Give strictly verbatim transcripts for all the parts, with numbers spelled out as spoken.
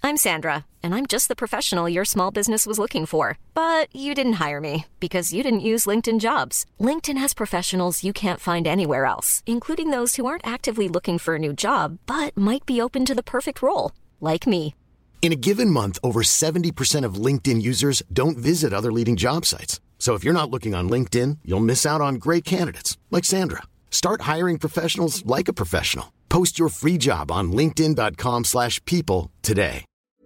I'm Sandra, and I'm just the professional your small business was looking for. But you didn't hire me because you didn't use LinkedIn Jobs. LinkedIn has professionals you can't find anywhere else, including those who aren't actively looking for a new job, but might be open to the perfect role, like me. In a given month, over seventy percent of LinkedIn users don't visit other leading job sites. So if you're not looking on LinkedIn, you'll miss out on great candidates like Sandra. Start hiring professionals like a professional. Post your free job on linkedin dot com slash people today.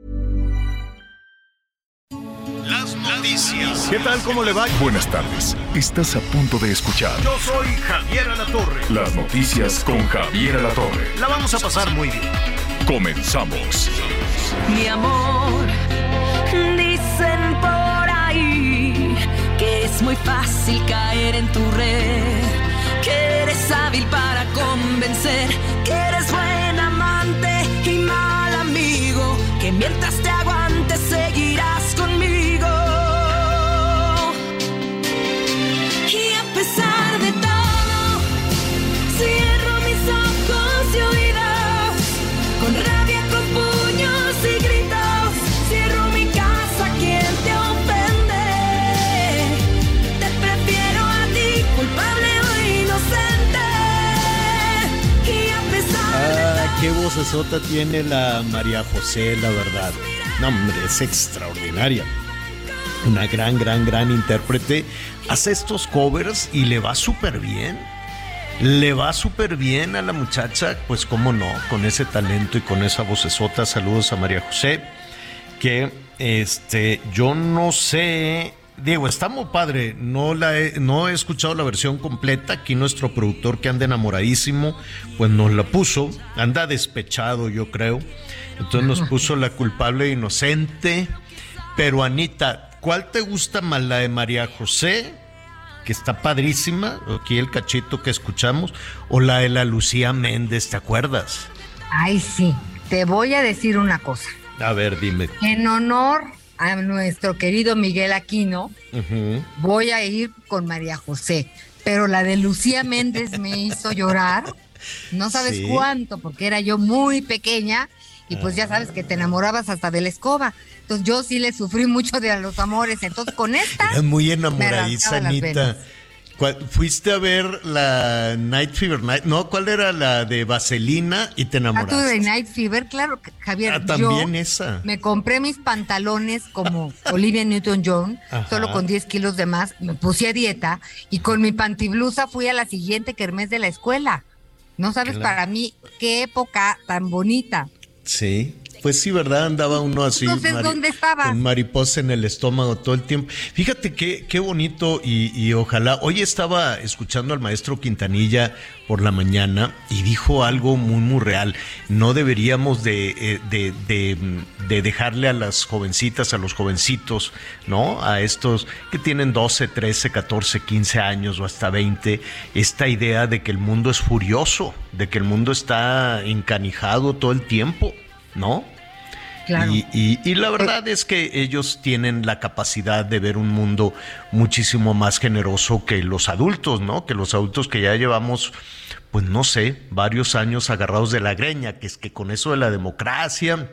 Las noticias. ¿Qué tal? ¿Cómo le va? Buenas tardes. Estás a punto de escuchar. Yo soy Javier Alatorre. Las noticias con Javier Alatorre. La vamos a pasar muy bien. Comenzamos. Mi amor, dicen por ahí que es muy fácil caer en tu red, que eres hábil para convencer, que eres buen amante y mal amigo, que mientras te aguantes seguirás conmigo. Y a pesar de todo, cierro mis ojos y oídos, con rabia, con puños y gritos, cierro mi casa, ¿quién te ofende? Te prefiero a ti, culpable o inocente. Y a pesar Ah, de todo, qué vocesota tiene la María José, la verdad. No, hombre, es extraordinaria. Una gran, gran, gran intérprete. Hace estos covers y le va súper bien. Le va súper bien a la muchacha, pues cómo no, con ese talento y con esa vocesota. Saludos a María José, que este, yo no sé, Diego, está muy padre, no, la he, no he escuchado la versión completa. Aquí nuestro productor, que anda enamoradísimo, pues nos la puso, anda despechado yo creo, entonces nos puso la culpable e inocente. Pero Anita, ¿cuál te gusta más, la de María José, que está padrísima, aquí el cachito que escuchamos, o la de la Lucía Méndez, ¿te acuerdas? Ay, sí, te voy a decir una cosa. A ver, dime. En honor a nuestro querido Miguel Aquino, Uh-huh. voy a ir con María José, pero la de Lucía Méndez me hizo llorar, no sabes Sí. cuánto, porque era yo muy pequeña y pues ya sabes que te enamorabas hasta de la escoba. Entonces yo sí le sufrí mucho de los amores, entonces con esta Eras muy me enamoradiza, rascaba las Anita. venas. ¿Cuál- ¿Fuiste a ver la Night Fever Night? No, ¿cuál era la de Vaselina y te Ah, tú enamoraste? de Night Fever, claro, Javier. Ah, también yo esa. me compré mis pantalones como Olivia Newton-John, Ajá. solo con diez kilos de más, me puse a dieta y con mi pantiblusa fui a la siguiente kermés de la escuela. No sabes Claro. para mí qué época tan bonita. Sí, pues sí, ¿verdad? Andaba uno así. Entonces, mari- ¿dónde estabas? Con mariposa en el estómago todo el tiempo. Fíjate qué, qué bonito y, y ojalá. Hoy estaba escuchando al maestro Quintanilla por la mañana y dijo algo muy, muy real. No deberíamos de, eh, de, de, de dejarle a las jovencitas, a los jovencitos, ¿no? A estos que tienen doce, trece, catorce, quince años o hasta veinte, esta idea de que el mundo es furioso, de que el mundo está encanijado todo el tiempo, ¿no? Claro. Y, y, y la verdad es que ellos tienen la capacidad de ver un mundo muchísimo más generoso que los adultos, ¿no? Que los adultos que ya llevamos, pues no sé, varios años agarrados de la greña, que es que con eso de la democracia,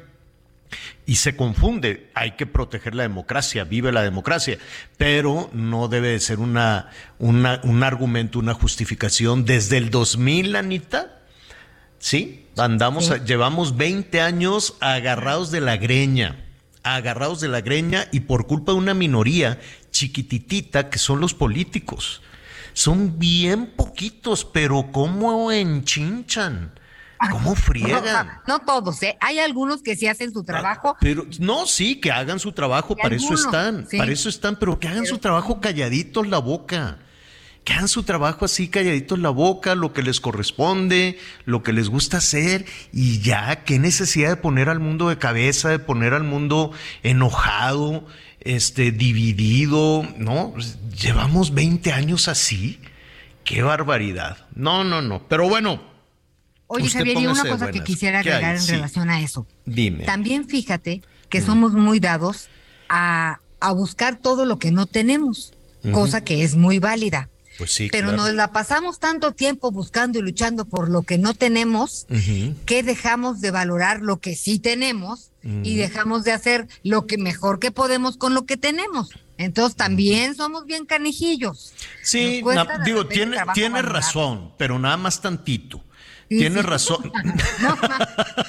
y se confunde, hay que proteger la democracia, vive la democracia, pero no debe de ser una, una, un argumento, una justificación. Desde el dos mil, Anita, ¿sí? Andamos, Sí. a- llevamos veinte años agarrados de la greña, agarrados de la greña y por culpa de una minoría chiquititita que son los políticos. Son bien poquitos, pero ¿cómo enchinchan? ¿Cómo friegan? No todos, ¿eh? Hay algunos que sí hacen su trabajo. Pero no, sí, que hagan su trabajo, Y para eso algunos, están, sí. para eso están, pero que hagan su trabajo calladitos la boca. Que hagan su trabajo así calladitos la boca, lo que les corresponde, lo que les gusta hacer, y ya, qué necesidad de poner al mundo de cabeza, de poner al mundo enojado, este, dividido, ¿no? Llevamos veinte años así, qué barbaridad. No, no, no, pero bueno. Oye, usted Javier, y una póngase de cosa que buenas. quisiera ¿Qué hay? agregar en Sí. relación a eso. Dime. También fíjate que somos muy dados a, a buscar todo lo que no tenemos, Ujú. cosa que es muy válida. Pues sí, pero claro. nos la pasamos tanto tiempo buscando y luchando por lo que no tenemos, Uh-huh. que dejamos de valorar lo que sí tenemos Uh-huh. y dejamos de hacer lo que mejor que podemos con lo que tenemos. Entonces también somos bien canijillos. Sí, Nos cuesta na- de digo, repente tiene, trabajo tienes valorar. razón, pero nada más tantito. Sí, Tienes sí. razón. No, ma,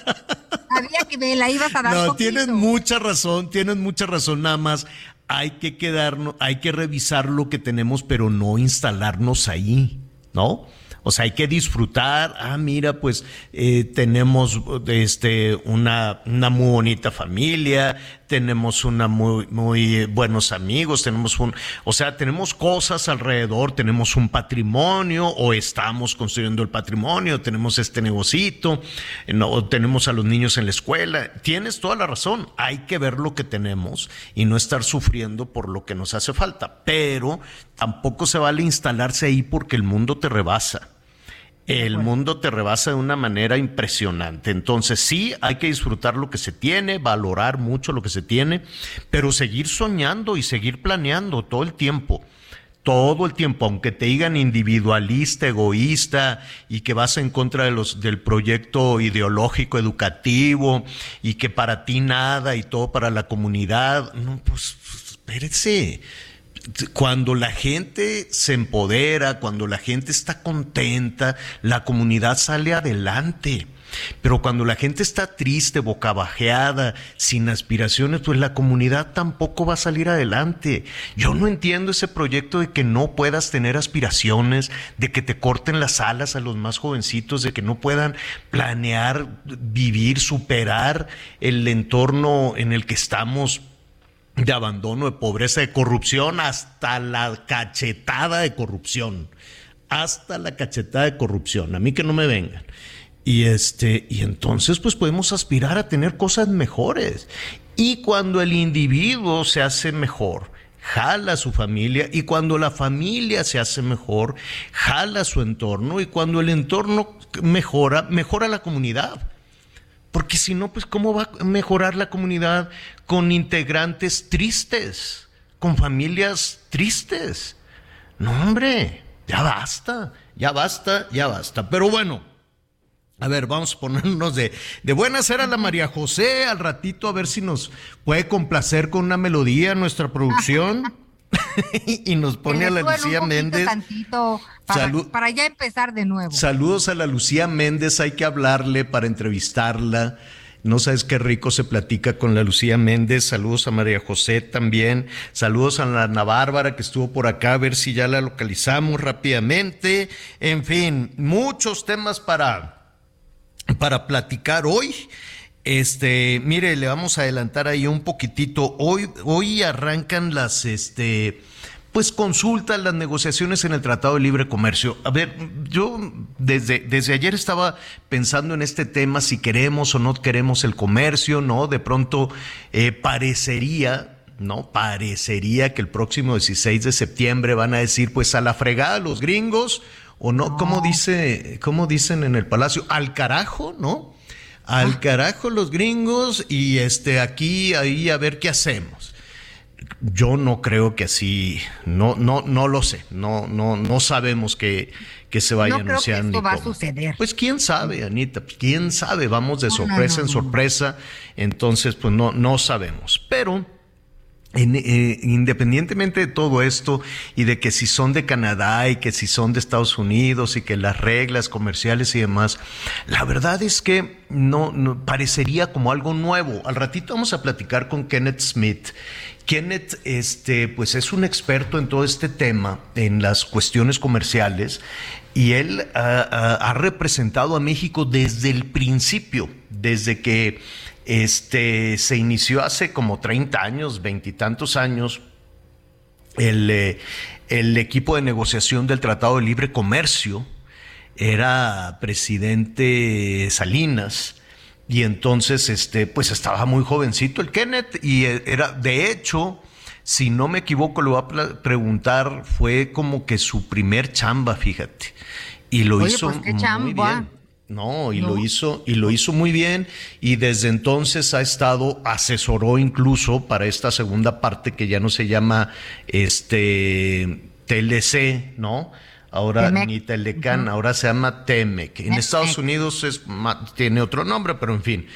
sabía que me la ibas a dar No, poquito. tienes mucha razón, tienes mucha razón, nada más hay que quedarnos, hay que revisar lo que tenemos, pero no instalarnos ahí, ¿no? O sea, hay que disfrutar. Ah, mira, pues eh, tenemos este, una, una muy bonita familia, tenemos una muy, muy eh, buenos amigos, tenemos un, o sea, tenemos cosas alrededor, tenemos un patrimonio o estamos construyendo el patrimonio, tenemos este negocito, eh, no, tenemos a los niños en la escuela. Tienes toda la razón. Hay que ver lo que tenemos y no estar sufriendo por lo que nos hace falta, pero tampoco se vale instalarse ahí porque el mundo te rebasa. El mundo te rebasa de una manera impresionante. Entonces sí, hay que disfrutar lo que se tiene, valorar mucho lo que se tiene, pero seguir soñando y seguir planeando todo el tiempo. Todo el tiempo, aunque te digan individualista, egoísta y que vas en contra de los, del proyecto ideológico educativo y que para ti nada y todo para la comunidad. No, pues, pues espérese. Cuando la gente se empodera, cuando la gente está contenta, la comunidad sale adelante. Pero cuando la gente está triste, bocabajeada, sin aspiraciones, pues la comunidad tampoco va a salir adelante. Yo no entiendo ese proyecto de que no puedas tener aspiraciones, de que te corten las alas a los más jovencitos, de que no puedan planear, vivir, superar el entorno en el que estamos, de abandono, de pobreza, de corrupción, hasta la cachetada de corrupción, hasta la cachetada de corrupción, a mí que no me vengan. Y este, y entonces pues podemos aspirar a tener cosas mejores. Y cuando el individuo se hace mejor, jala a su familia, y cuando la familia se hace mejor, jala a su entorno, y cuando el entorno mejora, mejora la comunidad. Porque si no, pues ¿cómo va a mejorar la comunidad con integrantes tristes, con familias tristes? No, hombre, ya basta, ya basta, ya basta. Pero bueno, a ver, vamos a ponernos de, de buenas. Era la María José, al ratito a ver si nos puede complacer con una melodía nuestra producción. Y nos pone a la Lucía Méndez. Tantito para, Salud. para ya empezar de nuevo. Saludos a la Lucía Méndez, hay que hablarle para entrevistarla. No sabes qué rico se platica con la Lucía Méndez. Saludos a María José también. Saludos a la Ana Bárbara que estuvo por acá, a ver si ya la localizamos rápidamente. En fin, muchos temas para, para platicar hoy. Este, mire, le vamos a adelantar ahí un poquitito. Hoy, hoy arrancan las, este, pues consultas, las negociaciones en el Tratado de Libre Comercio. A ver, yo desde, desde ayer estaba pensando en este tema, si queremos o no queremos el comercio, ¿no? De pronto eh, parecería, ¿no? Parecería que el próximo dieciséis de septiembre van a decir, pues a la fregada los gringos, o no, ¿cómo dice, cómo dicen en el Palacio? Al carajo, ¿no? Al carajo los gringos y este aquí, ahí, a ver qué hacemos. Yo no creo que así, no, no, no lo sé, no, no, no sabemos que, que se vaya no creo anunciando. que esto va a suceder. Pues quién sabe, Anita, pues quién sabe, vamos de No, sorpresa no, no, en no. sorpresa, entonces pues no, no sabemos, pero En, eh, independientemente de todo esto y de que si son de Canadá y que si son de Estados Unidos y que las reglas comerciales y demás, la verdad es que no, no parecería como algo nuevo. Al ratito vamos a platicar con Kenneth Smith. Kenneth, este, pues es un experto en todo este tema, en las cuestiones comerciales, y él uh, uh, ha representado a México desde el principio, desde que Este, se inició hace como treinta años, veintitantos años, el, eh, el equipo de negociación del Tratado de Libre Comercio. Era presidente Salinas, y entonces este, pues estaba muy jovencito el Kenneth, y era, de hecho, si no me equivoco, le voy a preguntar, fue como que su primer chamba, fíjate, y lo Oye, hizo pues, qué muy chamba. bien. No, y No. lo hizo, y lo hizo muy bien, y desde entonces ha estado, asesoró incluso para esta segunda parte que ya no se llama este T L C, ¿no? Ahora Temec. Ni Telecan, uh-huh. Ahora se llama Temec. En Temec. Estados Unidos es, tiene otro nombre, pero en fin.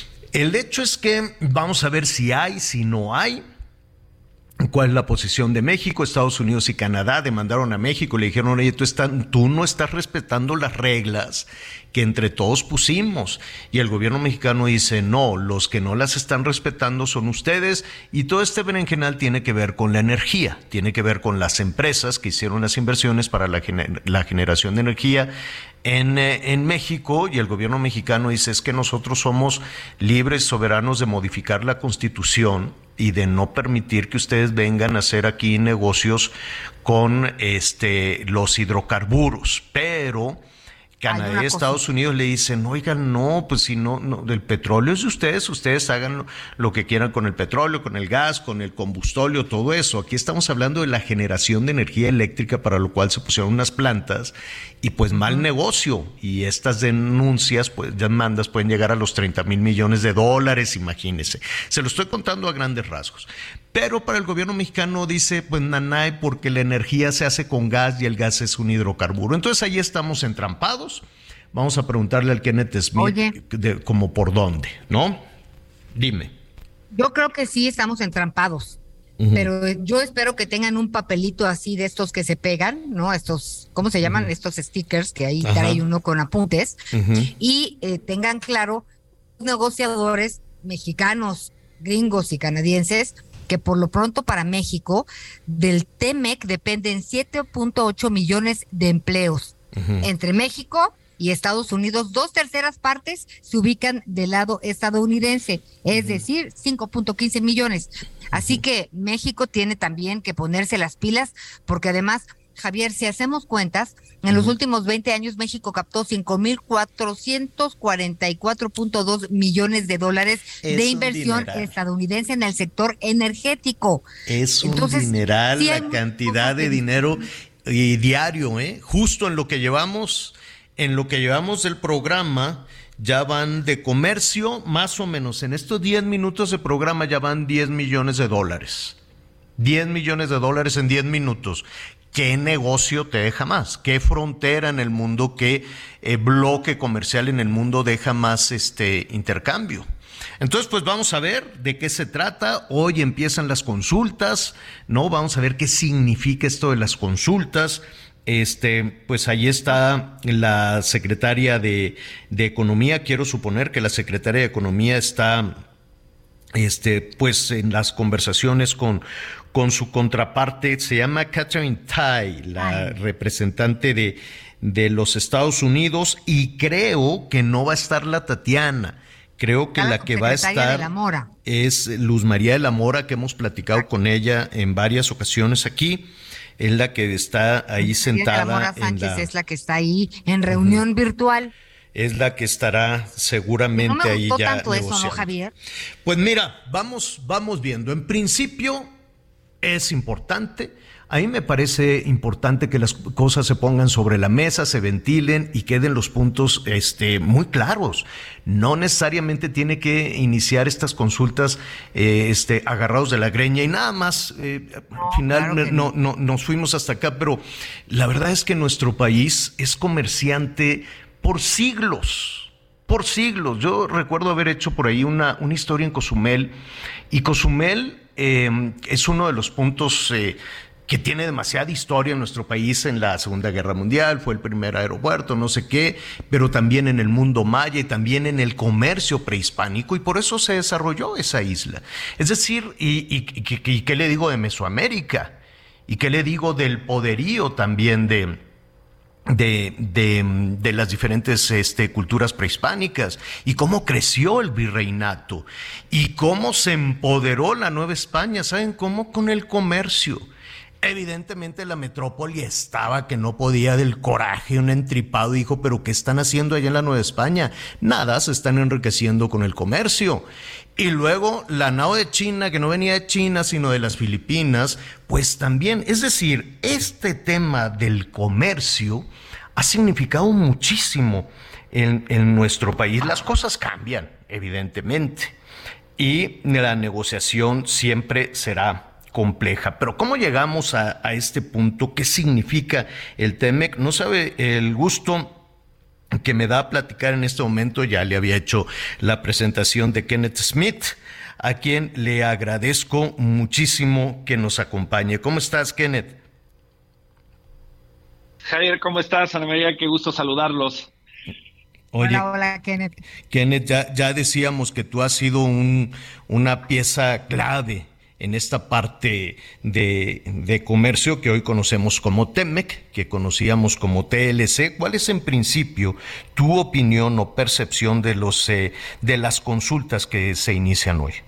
El hecho es que vamos a ver si hay, si no hay. ¿Cuál es la posición de México? Estados Unidos y Canadá demandaron a México, le dijeron, oye, tú, estás, tú no estás respetando las reglas que entre todos pusimos. Y el gobierno mexicano dice, no, los que no las están respetando son ustedes. Y todo este berenjenal tiene que ver con la energía, tiene que ver con las empresas que hicieron las inversiones para la, gener- la generación de energía en, eh, en México. Y el gobierno mexicano dice, es que nosotros somos libres, soberanos de modificar la Constitución y de no permitir que ustedes vengan a hacer aquí negocios con este los hidrocarburos. Pero Canadá y Estados Unidos le dicen, oigan, no, pues si no, no, el petróleo es de ustedes, ustedes hagan lo, lo que quieran con el petróleo, con el gas, con el combustóleo, todo eso. Aquí estamos hablando de la generación de energía eléctrica, para lo cual se pusieron unas plantas, y pues mal negocio. Y estas denuncias, pues demandas pueden llegar a los treinta mil millones de dólares, imagínense. Se lo estoy contando a grandes rasgos. Pero para el gobierno mexicano dice, pues nanay, porque la energía se hace con gas y el gas es un hidrocarburo. Entonces ahí estamos entrampados. Vamos a preguntarle al Kenneth Smith, Oye, de, como por dónde, ¿no? Dime. Yo creo que sí estamos entrampados, uh-huh. Pero yo espero que tengan un papelito así de estos que se pegan, ¿no? Estos, ¿cómo se llaman? Uh-huh. Estos stickers que ahí trae uno con apuntes, uh-huh. Y eh, tengan claro los negociadores mexicanos, gringos y canadienses, que por lo pronto para México del Temec dependen siete punto ocho millones de empleos. Uh-huh. Entre México y Estados Unidos, dos terceras partes se ubican del lado estadounidense, es uh-huh. decir, cinco punto quince millones. Así uh-huh. que México tiene también que ponerse las pilas, porque además, Javier, si hacemos cuentas, en uh-huh. los últimos veinte años México captó cinco mil cuatrocientos cuarenta y cuatro punto dos millones de dólares es de inversión dineral estadounidense en el sector energético. Es un Entonces, dineral, sí, la cantidad de dinero y diario, ¿eh? Justo en lo que llevamos, en lo que llevamos del programa, ya van de comercio, más o menos, en estos diez minutos de programa ya van diez millones de dólares. diez millones de dólares en diez minutos. ¿Qué negocio te deja más? ¿Qué frontera en el mundo, qué eh, bloque comercial en el mundo deja más este intercambio? Entonces, pues vamos a ver de qué se trata. Hoy empiezan las consultas, ¿no? Vamos a ver qué significa esto de las consultas. Este, pues ahí está la secretaria de, de Economía. Quiero suponer que la secretaria de Economía está, este, pues en las conversaciones con, con su contraparte. Se llama Katherine Tai, la Ay. representante de, de los Estados Unidos, y creo que no va a estar la Tatiana. Creo que la que va a estar de la Mora. Es Luz María de la Mora, que hemos platicado Ay. con ella en varias ocasiones aquí. Es la que está ahí Luz sentada. María de la Mora Sánchez en la, es la que está ahí en reunión uh-huh. virtual. Es la que estará seguramente no me ahí ya tanto negociando. Eso, ¿no, Javier? Pues mira, vamos, vamos viendo. En principio es importante. A mí me parece importante que las cosas se pongan sobre la mesa, se ventilen y queden los puntos este, muy claros. No necesariamente tiene que iniciar estas consultas eh, este, agarrados de la greña y nada más. Eh, no, al final claro no, no, nos fuimos hasta acá, pero la verdad es que nuestro país es comerciante por siglos. Por siglos. Yo recuerdo haber hecho por ahí una, una historia en Cozumel, y Cozumel eh, es uno de los puntos eh, que tiene demasiada historia en nuestro país. En la Segunda Guerra Mundial fue el primer aeropuerto, no sé qué, pero también en el mundo maya y también en el comercio prehispánico, y por eso se desarrolló esa isla. Es decir, y, y, y, y ¿qué le digo de Mesoamérica? ¿Y qué le digo del poderío también de, de, de, de las diferentes este, culturas prehispánicas? Y cómo creció el virreinato y cómo se empoderó la Nueva España. ¿Saben cómo? Con el comercio. Evidentemente la metrópoli estaba que no podía del coraje, un entripado, dijo, pero ¿qué están haciendo allá en la Nueva España? Nada, se están enriqueciendo con el comercio. Y luego la nao de China, que no venía de China, sino de las Filipinas, pues también. Es decir, este tema del comercio ha significado muchísimo en, en nuestro país. Las cosas cambian, evidentemente, y la negociación siempre será compleja. Pero ¿cómo llegamos a, a este punto? ¿Qué significa el T-MEC? No sabe el gusto que me da platicar en este momento. Ya le había hecho la presentación de Kenneth Smith, a quien le agradezco muchísimo que nos acompañe. ¿Cómo estás, Kenneth? Javier, ¿cómo estás? Ana María, qué gusto saludarlos. Oye, hola, hola, Kenneth. Kenneth, ya, ya decíamos que tú has sido un, una pieza clave en esta parte de, de comercio que hoy conocemos como T-MEC, que conocíamos como T L C. ¿Cuál es en principio tu opinión o percepción de los eh, de las consultas que se inician hoy?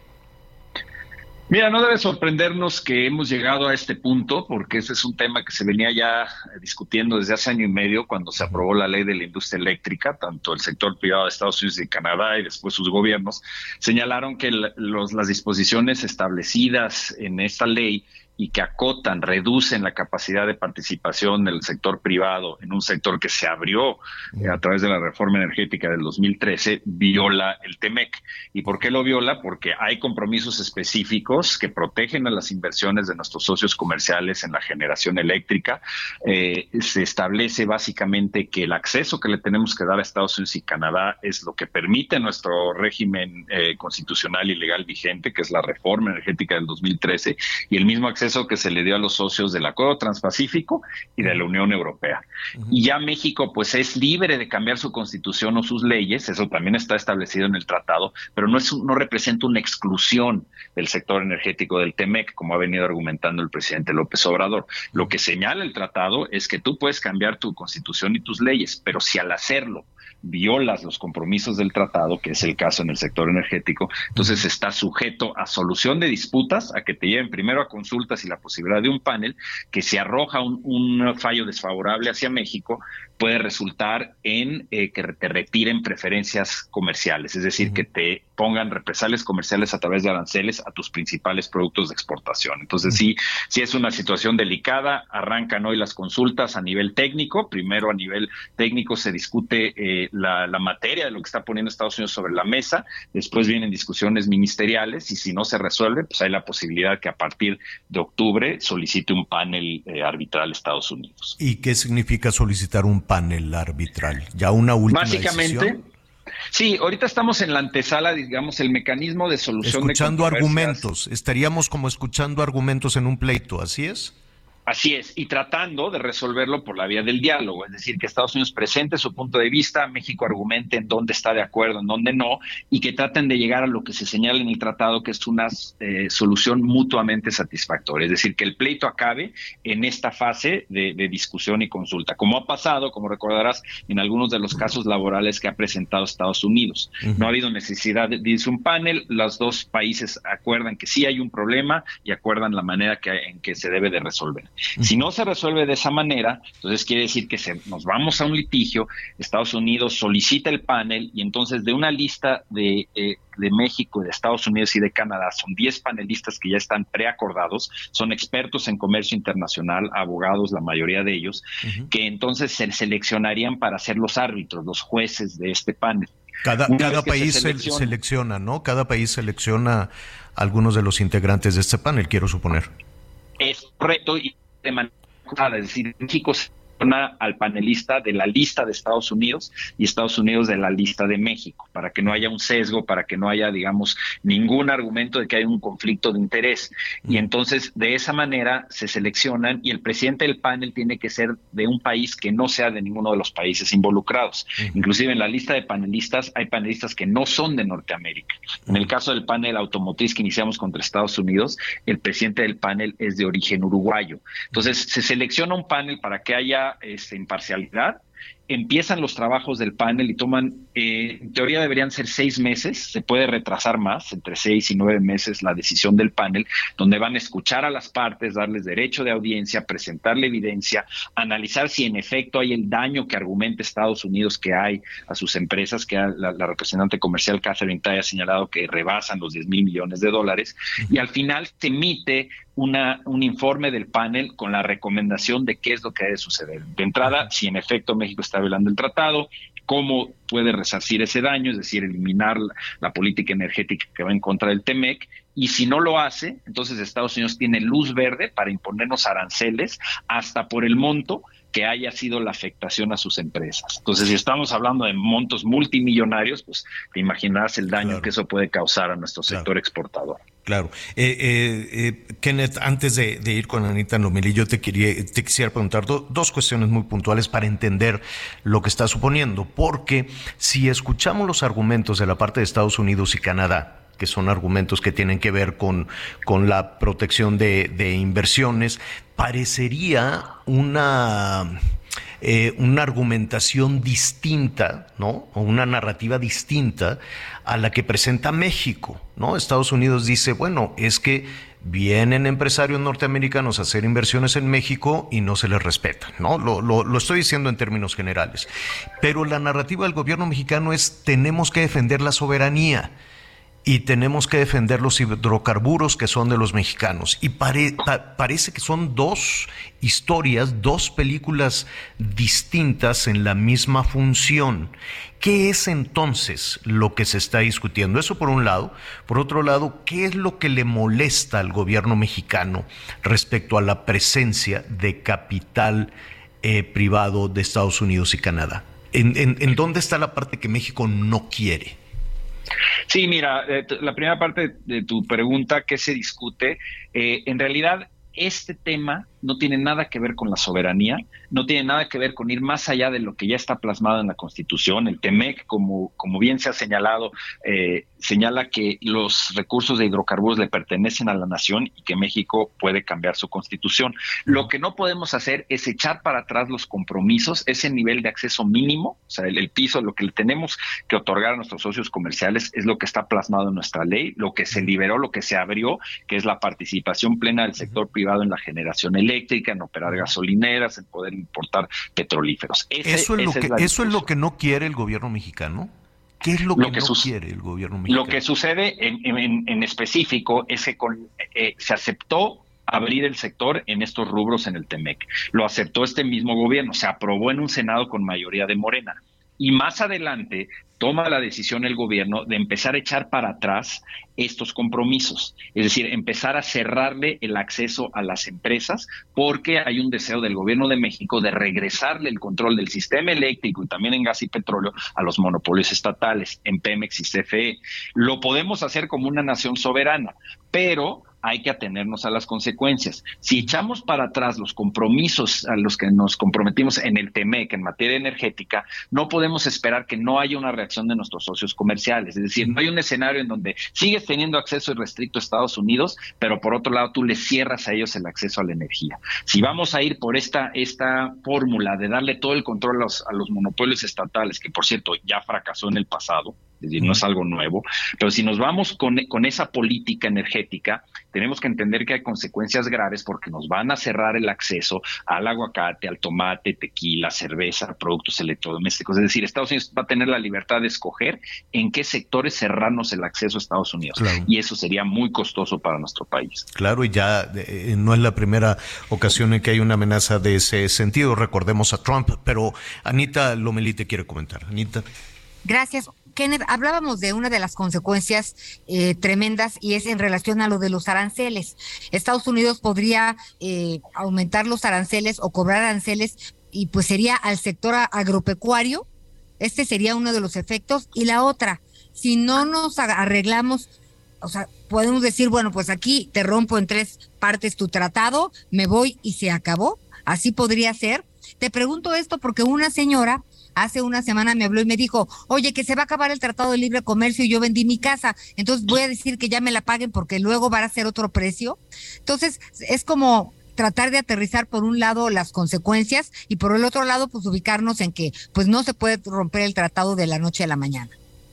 Mira, no debe sorprendernos que hemos llegado a este punto, porque ese es un tema que se venía ya discutiendo desde hace año y medio, cuando se aprobó la ley de la industria eléctrica. Tanto el sector privado de Estados Unidos y Canadá y después sus gobiernos señalaron que los, las disposiciones establecidas en esta ley y que acotan, reducen la capacidad de participación del sector privado en un sector que se abrió eh, a través de la reforma energética del dos mil trece, viola el T-MEC. ¿Y por qué lo viola? Porque hay compromisos específicos que protegen a las inversiones de nuestros socios comerciales en la generación eléctrica. Eh, se establece básicamente que el acceso que le tenemos que dar a Estados Unidos y Canadá es lo que permite nuestro régimen eh, constitucional y legal vigente, que es la reforma energética del dos mil trece, y el mismo acceso que se le dio a los socios del Acuerdo Transpacífico y de la Unión Europea. Uh-huh. Y ya México pues es libre de cambiar su constitución o sus leyes, eso también está establecido en el tratado, pero no es no representa una exclusión del sector energético del T-MEC, como ha venido argumentando el presidente López Obrador. Lo que señala el tratado es que tú puedes cambiar tu constitución y tus leyes, pero si al hacerlo violas los compromisos del tratado, que es el caso en el sector energético, entonces está sujeto a solución de disputas, a que te lleven primero a consultas y la posibilidad de un panel, que si arroja un, un fallo desfavorable hacia México, puede resultar en eh, que te retiren preferencias comerciales, es decir, uh-huh. que te pongan represalias comerciales a través de aranceles a tus principales productos de exportación. Entonces, uh-huh. sí, sí es una situación delicada. Arrancan hoy las consultas a nivel técnico. Primero, a nivel técnico se discute eh, la, la materia de lo que está poniendo Estados Unidos sobre la mesa. Después vienen discusiones ministeriales y si no se resuelve, pues hay la posibilidad que a partir de octubre solicite un panel eh, arbitral Estados Unidos. ¿Y qué significa solicitar un panel arbitral? ¿Ya una última Básicamente, decisión? Sí, ahorita estamos en la antesala, digamos, el mecanismo de solución escuchando de controversias. Argumentos, estaríamos como escuchando argumentos en un pleito, ¿así es? Así es, y tratando de resolverlo por la vía del diálogo, es decir, que Estados Unidos presente su punto de vista, México argumente en dónde está de acuerdo, en dónde no, y que traten de llegar a lo que se señala en el tratado, que es una eh, solución mutuamente satisfactoria, es decir, que el pleito acabe en esta fase de, de discusión y consulta, como ha pasado, como recordarás, en algunos de los casos laborales que ha presentado Estados Unidos. Uh-huh. No ha habido necesidad de, de un panel, los dos países acuerdan que sí hay un problema y acuerdan la manera que, en que se debe de resolver. Si no se resuelve de esa manera, entonces quiere decir que se, nos vamos a un litigio, Estados Unidos solicita el panel y entonces de una lista de, eh, de México, de Estados Unidos y de Canadá, son diez panelistas que ya están preacordados, son expertos en comercio internacional, abogados, la mayoría de ellos, uh-huh. que entonces se seleccionarían para ser los árbitros, los jueces de este panel. Cada, cada país se selecciona, selecciona, ¿no? Cada país selecciona algunos de los integrantes de este panel, quiero suponer. Es correcto y de manera, es decir, México selecciona al panelista de la lista de Estados Unidos y Estados Unidos de la lista de México, para que no haya un sesgo, para que no haya, digamos, ningún argumento de que hay un conflicto de interés. Y entonces, de esa manera se seleccionan y el presidente del panel tiene que ser de un país que no sea de ninguno de los países involucrados. Uh-huh. Inclusive en la lista de panelistas hay panelistas que no son de Norteamérica. Uh-huh. En el caso del panel automotriz que iniciamos contra Estados Unidos, el presidente del panel es de origen uruguayo. Entonces, se selecciona un panel para que haya Este, imparcialidad, empiezan los trabajos del panel y toman, eh, en teoría deberían ser seis meses, se puede retrasar más, entre seis y nueve meses la decisión del panel, donde van a escuchar a las partes, darles derecho de audiencia, presentarle evidencia, analizar si en efecto hay el daño que argumenta Estados Unidos que hay a sus empresas, que la, la representante comercial Catherine Tai ha señalado que rebasan los diez mil millones de dólares, y al final se emite Una, un informe del panel con la recomendación de qué es lo que debe suceder. De entrada, si en efecto México está violando el tratado, cómo puede resarcir ese daño, es decir, eliminar la, la política energética que va en contra del T-MEC, y si no lo hace, entonces Estados Unidos tiene luz verde para imponernos aranceles hasta por el monto que haya sido la afectación a sus empresas. Entonces, si estamos hablando de montos multimillonarios, pues te imaginarás el daño claro. que eso puede causar a nuestro sector claro. exportador. Claro. Eh, eh, eh, Kenneth, antes de, de ir con Anita Lomelí, yo te, quería, te quisiera preguntar do, dos cuestiones muy puntuales para entender lo que está suponiendo, porque si escuchamos los argumentos de la parte de Estados Unidos y Canadá, que son argumentos que tienen que ver con, con la protección de, de inversiones, parecería una, eh, una argumentación distinta, ¿no? O una narrativa distinta a la que presenta México, ¿no? Estados Unidos dice, bueno, es que vienen empresarios norteamericanos a hacer inversiones en México y no se les respetan, ¿no? Lo, lo, lo estoy diciendo en términos generales. Pero la narrativa del gobierno mexicano es, tenemos que defender la soberanía y tenemos que defender los hidrocarburos que son de los mexicanos. Y pare, pa, parece que son dos historias, dos películas distintas en la misma función. ¿Qué es entonces lo que se está discutiendo? Eso por un lado. Por otro lado, ¿qué es lo que le molesta al gobierno mexicano respecto a la presencia de capital eh, privado de Estados Unidos y Canadá? ¿En, en, en dónde está la parte que México no quiere? Sí, mira, eh, la primera parte de tu pregunta, ¿qué se discute? Eh, en realidad, este tema no tiene nada que ver con la soberanía, no tiene nada que ver con ir más allá de lo que ya está plasmado en la Constitución. El TEMEC, como, como bien se ha señalado, eh, señala que los recursos de hidrocarburos le pertenecen a la nación y que México puede cambiar su Constitución. Lo que no podemos hacer es echar para atrás los compromisos, ese nivel de acceso mínimo, o sea, el, el piso, lo que le tenemos que otorgar a nuestros socios comerciales es lo que está plasmado en nuestra ley, lo que se liberó, lo que se abrió, que es la participación plena del sector privado en la generación eléctrica, eléctrica, en operar gasolineras, en poder importar petrolíferos. Ese, eso es lo que es eso es lo que no quiere el gobierno mexicano. ¿Qué es lo, lo que, que no quiere el gobierno mexicano? Lo que sucede en, en, en específico es que con, eh, se aceptó abrir el sector en estos rubros en el TEMEC. Lo aceptó este mismo gobierno, se aprobó en un Senado con mayoría de Morena. Y más adelante toma la decisión el gobierno de empezar a echar para atrás estos compromisos, es decir, empezar a cerrarle el acceso a las empresas porque hay un deseo del gobierno de México de regresarle el control del sistema eléctrico y también en gas y petróleo a los monopolios estatales, en Pemex y C F E. Lo podemos hacer como una nación soberana, pero hay que atenernos a las consecuencias. Si echamos para atrás los compromisos a los que nos comprometimos en el TEMEC en materia energética, no podemos esperar que no haya una reacción de nuestros socios comerciales. Es decir, no hay un escenario en donde sigues teniendo acceso irrestricto a Estados Unidos, pero por otro lado tú les cierras a ellos el acceso a la energía. Si vamos a ir por esta, esta fórmula de darle todo el control a los, a los monopolios estatales, que por cierto ya fracasó en el pasado, es decir, no es algo nuevo, pero si nos vamos con, con esa política energética, tenemos que entender que hay consecuencias graves porque nos van a cerrar el acceso al aguacate, al tomate, tequila, cerveza, productos electrodomésticos. Es decir, Estados Unidos va a tener la libertad de escoger en qué sectores cerrarnos el acceso a Estados Unidos. Claro. Y eso sería muy costoso para nuestro país. Claro, y ya eh, no es la primera ocasión en que hay una amenaza de ese sentido. Recordemos a Trump, pero Anita Lomelí te quiere comentar. Anita. Gracias. Kenneth, hablábamos de una de las consecuencias eh, tremendas y es en relación a lo de los aranceles. Estados Unidos podría eh, aumentar los aranceles o cobrar aranceles y pues sería al sector agropecuario. Este sería uno de los efectos. Y la otra, si no nos arreglamos, o sea, podemos decir, bueno, pues aquí te rompo en tres partes tu tratado, me voy y se acabó. Así podría ser. Te pregunto esto porque una señora hace una semana me habló y me dijo, oye, que se va a acabar el Tratado de Libre Comercio y yo vendí mi casa, entonces voy a decir que ya me la paguen porque luego va a ser otro precio. Entonces, es como tratar de aterrizar por un lado las consecuencias y por el otro lado, pues ubicarnos en que pues no se puede romper el tratado de la noche a la mañana.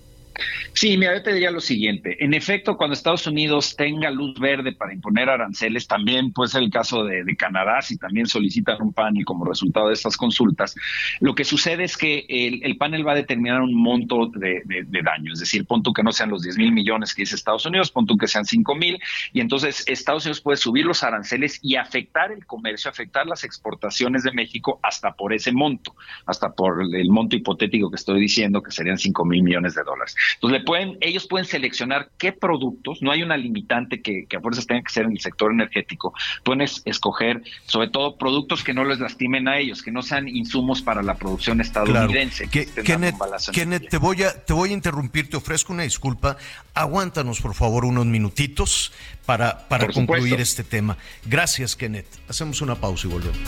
Sí, mira, yo te diría lo siguiente. En efecto, cuando Estados Unidos tenga luz verde para imponer aranceles, también puede ser el caso de, de Canadá, si también solicitan un panel como resultado de estas consultas, lo que sucede es que el, el panel va a determinar un monto de, de, de daño, es decir, pon tú que no sean los diez mil millones que dice Estados Unidos, pon tú que sean cinco mil, y entonces Estados Unidos puede subir los aranceles y afectar el comercio, afectar las exportaciones de México hasta por ese monto, hasta por el monto hipotético que estoy diciendo, que serían cinco mil millones de dólares. Entonces le pueden, ellos pueden seleccionar qué productos, no hay una limitante que, que a fuerzas tengan que ser en el sector energético, pueden es, escoger sobre todo productos que no les lastimen a ellos, que no sean insumos para la producción estadounidense. Claro. Que, Kenneth, Kenneth te voy a te voy a interrumpir, te ofrezco una disculpa, aguántanos por favor unos minutitos para, para concluir supuesto. este tema. Gracias, Kenneth. Hacemos una pausa y volvemos.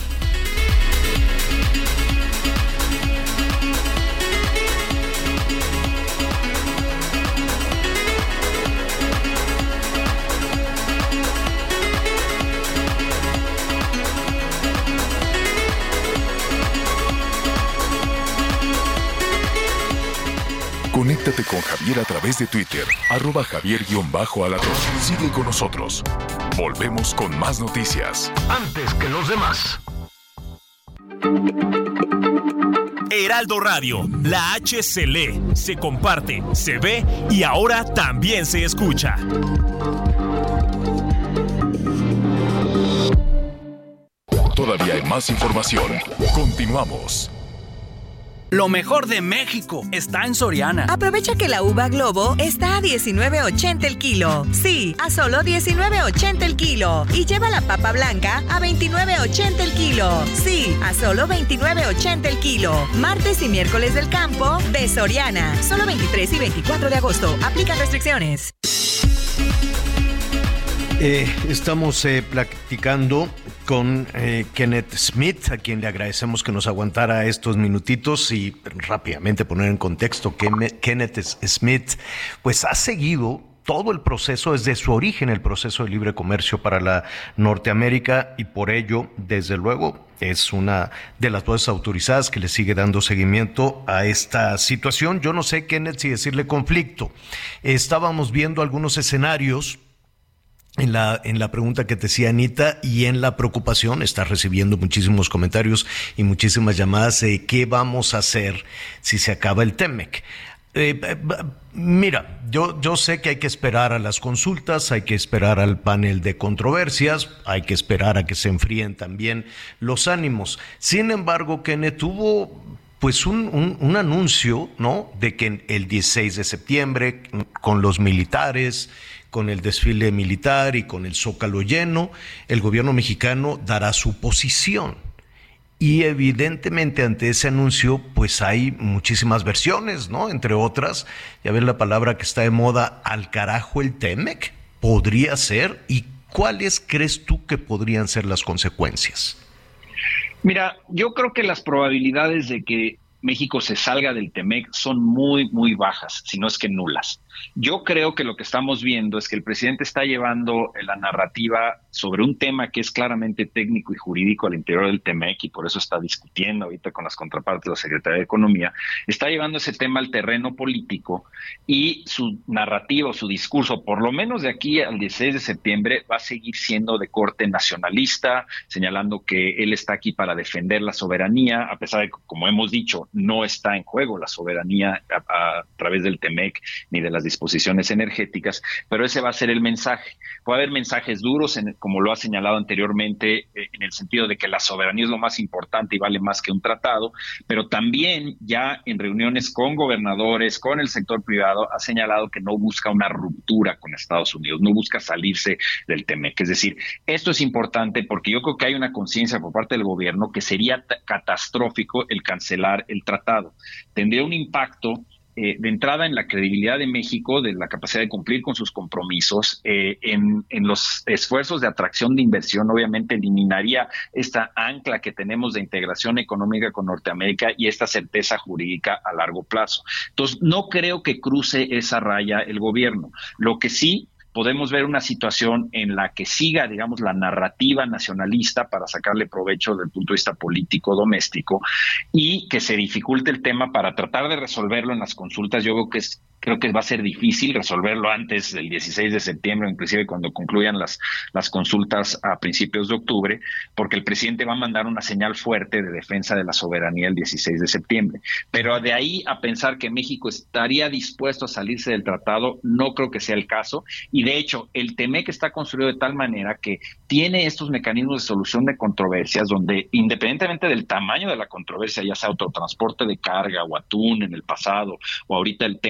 Conéctate con Javier a través de Twitter, arroba Javier-Alatón. Sigue con nosotros. Volvemos con más noticias. Antes que los demás. Heraldo Radio, la H se lee, se comparte, se ve y ahora también se escucha. Todavía hay más información. Continuamos. Lo mejor de México está en Soriana. Aprovecha que la uva Globo está a diecinueve ochenta el kilo. Sí, a solo diecinueve ochenta el kilo. Y lleva la papa blanca a veintinueve ochenta el kilo. Sí, a solo veintinueve ochenta el kilo. Martes y miércoles del campo de Soriana. Solo veintitrés y veinticuatro de agosto. Aplican restricciones. Eh, estamos eh, platicando con eh, Kenneth Smith, a quien le agradecemos que nos aguantara estos minutitos y rápidamente poner en contexto que Kenneth Smith pues ha seguido todo el proceso desde su origen, el proceso de libre comercio para la Norteamérica, y por ello, desde luego, es una de las voces autorizadas que le sigue dando seguimiento a esta situación. Yo no sé, Kenneth, si decirle conflicto. Estábamos viendo algunos escenarios En la, en la pregunta que te hacía Anita y en la preocupación, estás recibiendo muchísimos comentarios y muchísimas llamadas de qué vamos a hacer si se acaba el TEMEC. Eh, mira, yo, yo sé que hay que esperar a las consultas, hay que esperar al panel de controversias, hay que esperar a que se enfríen también los ánimos. Sin embargo, Kenneth, tuvo pues un, un, un anuncio, ¿no?, de que el dieciséis de septiembre, con los militares, con el desfile militar y con el Zócalo lleno, el gobierno mexicano dará su posición. Y evidentemente ante ese anuncio, pues hay muchísimas versiones, ¿no? Entre otras, ya ven la palabra que está de moda, al carajo el TEMEC, podría ser. ¿Y cuáles crees tú que podrían ser las consecuencias? Mira, yo creo que las probabilidades de que México se salga del TEMEC son muy, muy bajas, si no es que nulas. Yo creo que lo que estamos viendo es que el presidente está llevando la narrativa sobre un tema que es claramente técnico y jurídico al interior del TEMEC, y por eso está discutiendo ahorita con las contrapartes de la Secretaría de Economía. Está llevando ese tema al terreno político, y su narrativa, su discurso, por lo menos de aquí al dieciséis de septiembre, va a seguir siendo de corte nacionalista, señalando que él está aquí para defender la soberanía, a pesar de que, como hemos dicho, no está en juego la soberanía a, a través del TEMEC ni de las disposiciones energéticas, pero ese va a ser el mensaje. Puede haber mensajes duros, en, como lo ha señalado anteriormente, eh, en el sentido de que la soberanía es lo más importante y vale más que un tratado, pero también ya en reuniones con gobernadores, con el sector privado, ha señalado que no busca una ruptura con Estados Unidos, no busca salirse del TEMEC. Es decir, esto es importante porque yo creo que hay una conciencia por parte del gobierno que sería t- catastrófico el cancelar el tratado. Tendría un impacto Eh, de entrada en la credibilidad de México, de la capacidad de cumplir con sus compromisos, eh, en, en los esfuerzos de atracción de inversión. Obviamente eliminaría esta ancla que tenemos de integración económica con Norteamérica y esta certeza jurídica a largo plazo. Entonces, no creo que cruce esa raya el gobierno. Lo que sí podemos ver una situación en la que siga, digamos, la narrativa nacionalista para sacarle provecho desde el punto de vista político doméstico, y que se dificulte el tema para tratar de resolverlo en las consultas. Yo creo que es Creo que va a ser difícil resolverlo antes del dieciséis de septiembre, inclusive cuando concluyan las, las consultas a principios de octubre, porque el presidente va a mandar una señal fuerte de defensa de la soberanía el dieciséis de septiembre. Pero de ahí a pensar que México estaría dispuesto a salirse del tratado, no creo que sea el caso. Y de hecho, el TEMEC está construido de tal manera que tiene estos mecanismos de solución de controversias donde, independientemente del tamaño de la controversia, ya sea autotransporte de carga o atún en el pasado, o ahorita el tema automotriz,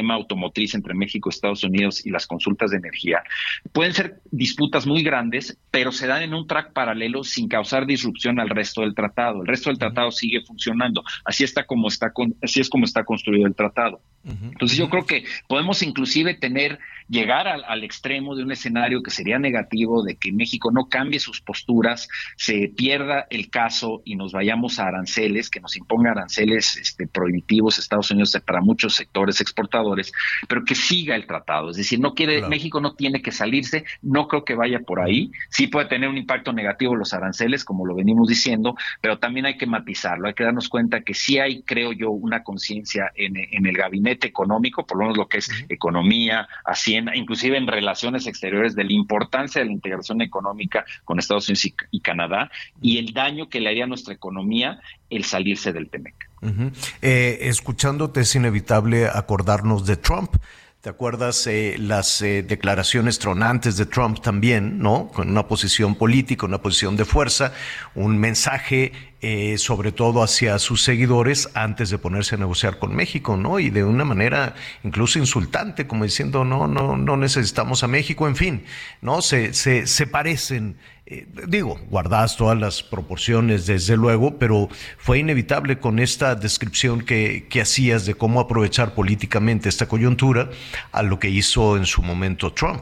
automotriz entre México, Estados Unidos y las consultas de energía, pueden ser disputas muy grandes, pero se dan en un track paralelo sin causar disrupción al resto del tratado. El resto del tratado sigue funcionando. Así está como está con, así es como está construido el tratado. Entonces yo creo que podemos inclusive tener, llegar al, al extremo de un escenario que sería negativo, de que México no cambie sus posturas, se pierda el caso y nos vayamos a aranceles, que nos imponga aranceles este, prohibitivos Estados Unidos para muchos sectores exportadores, pero que siga el tratado. Es decir, no quiere, claro. México no tiene que salirse, no creo que vaya por ahí. Sí puede tener un impacto negativo los aranceles, como lo venimos diciendo, pero también hay que matizarlo, hay que darnos cuenta que sí hay, creo yo, una conciencia en, en el gabinete económico, por lo menos lo que es uh-huh. economía, hacienda, inclusive en relaciones exteriores, de la importancia de la integración económica con Estados Unidos y, y Canadá, y el daño que le haría a nuestra economía el salirse del T M E C. Uh-huh. Eh, escuchándote es inevitable acordarnos de Trump. ¿Te acuerdas eh, las eh, declaraciones tronantes de Trump también, ¿no? Con una posición política, una posición de fuerza, un mensaje eh, sobre todo hacia sus seguidores antes de ponerse a negociar con México, ¿no? Y de una manera incluso insultante, como diciendo, no, no, no necesitamos a México, en fin, ¿no? Se, se, se parecen. Eh, digo, guardadas todas las proporciones, desde luego, pero fue inevitable con esta descripción que, que hacías de cómo aprovechar políticamente esta coyuntura a lo que hizo en su momento Trump.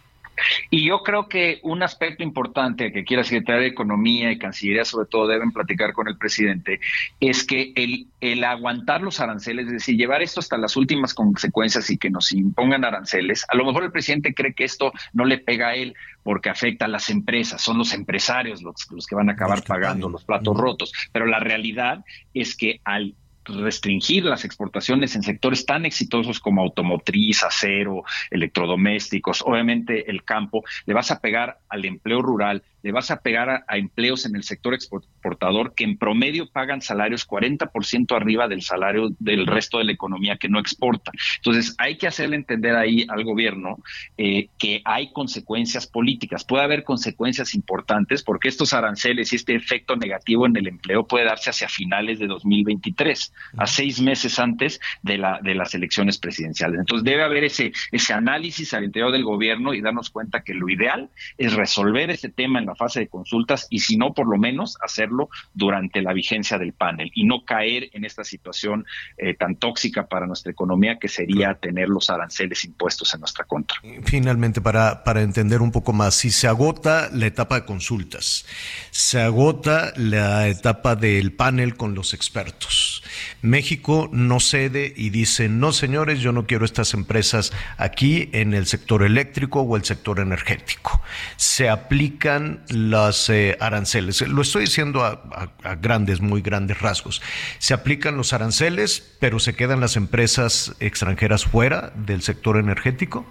Y yo creo que un aspecto importante que quiera Secretaría de Economía y Cancillería sobre todo deben platicar con el presidente es que el, el aguantar los aranceles, es decir, llevar esto hasta las últimas consecuencias y que nos impongan aranceles, a lo mejor el presidente cree que esto no le pega a él porque afecta a las empresas, son los empresarios los, los que van a acabar pagando los platos rotos, pero la realidad es que al restringir las exportaciones en sectores tan exitosos como automotriz, acero, electrodomésticos, obviamente el campo, le vas a pegar al empleo rural, le vas a pegar a, a empleos en el sector exportador que en promedio pagan salarios cuarenta por ciento arriba del salario del resto de la economía que no exporta. Entonces hay que hacerle entender ahí al gobierno eh, que hay consecuencias políticas, puede haber consecuencias importantes porque estos aranceles y este efecto negativo en el empleo puede darse hacia finales de dos mil veintitrés, a seis meses antes de, la, de las elecciones presidenciales. Entonces debe haber ese, ese análisis al interior del gobierno y darnos cuenta que lo ideal es resolver este tema en la fase de consultas y si no, por lo menos hacerlo durante la vigencia del panel y no caer en esta situación eh, tan tóxica para nuestra economía que sería tener los aranceles impuestos en nuestra contra. Finalmente, para, para entender un poco más, si se agota la etapa de consultas, se agota la etapa del panel con los expertos, México no cede y dice, no señores, yo no quiero estas empresas aquí en el sector eléctrico o el sector energético. Se aplican los eh, aranceles, lo estoy diciendo a, a, a grandes, muy grandes rasgos. Se aplican los aranceles, pero se quedan las empresas extranjeras fuera del sector energético.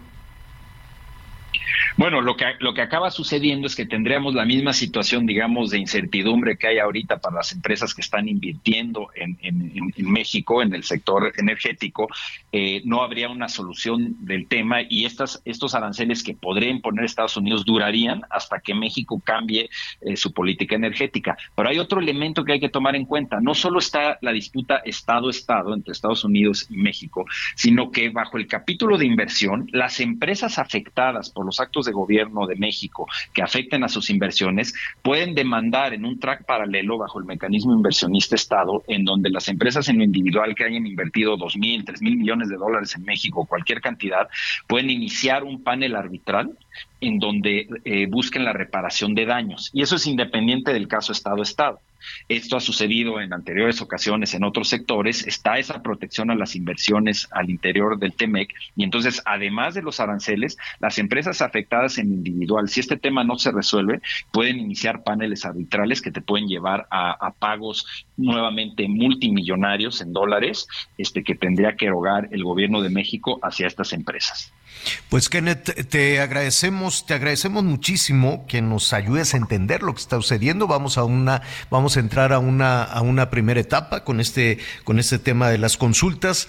Bueno, lo que lo que acaba sucediendo es que tendríamos la misma situación, digamos, de incertidumbre que hay ahorita para las empresas que están invirtiendo en, en, en México, en el sector energético. Eh, no habría una solución del tema y estas estos aranceles que podría imponer Estados Unidos durarían hasta que México cambie eh, su política energética. Pero hay otro elemento que hay que tomar en cuenta. No solo está la disputa Estado-Estado entre Estados Unidos y México, sino que bajo el capítulo de inversión, las empresas afectadas por los actos de gobierno de México que afecten a sus inversiones pueden demandar en un track paralelo bajo el mecanismo inversionista Estado, en donde las empresas en lo individual que hayan invertido dos mil, tres mil millones de dólares en México, cualquier cantidad, pueden iniciar un panel arbitral en donde eh, busquen la reparación de daños. Y eso es independiente del caso Estado-Estado. Esto ha sucedido en anteriores ocasiones en otros sectores, está esa protección a las inversiones al interior del T M E C y entonces además de los aranceles, las empresas afectadas en individual, si este tema no se resuelve, pueden iniciar paneles arbitrales que te pueden llevar a, a pagos nuevamente multimillonarios en dólares este, que tendría que erogar el gobierno de México hacia estas empresas. Pues Kenneth, te agradecemos, te agradecemos muchísimo que nos ayudes a entender lo que está sucediendo. Vamos a una, vamos a entrar a una, a una primera etapa con este, con este tema de las consultas.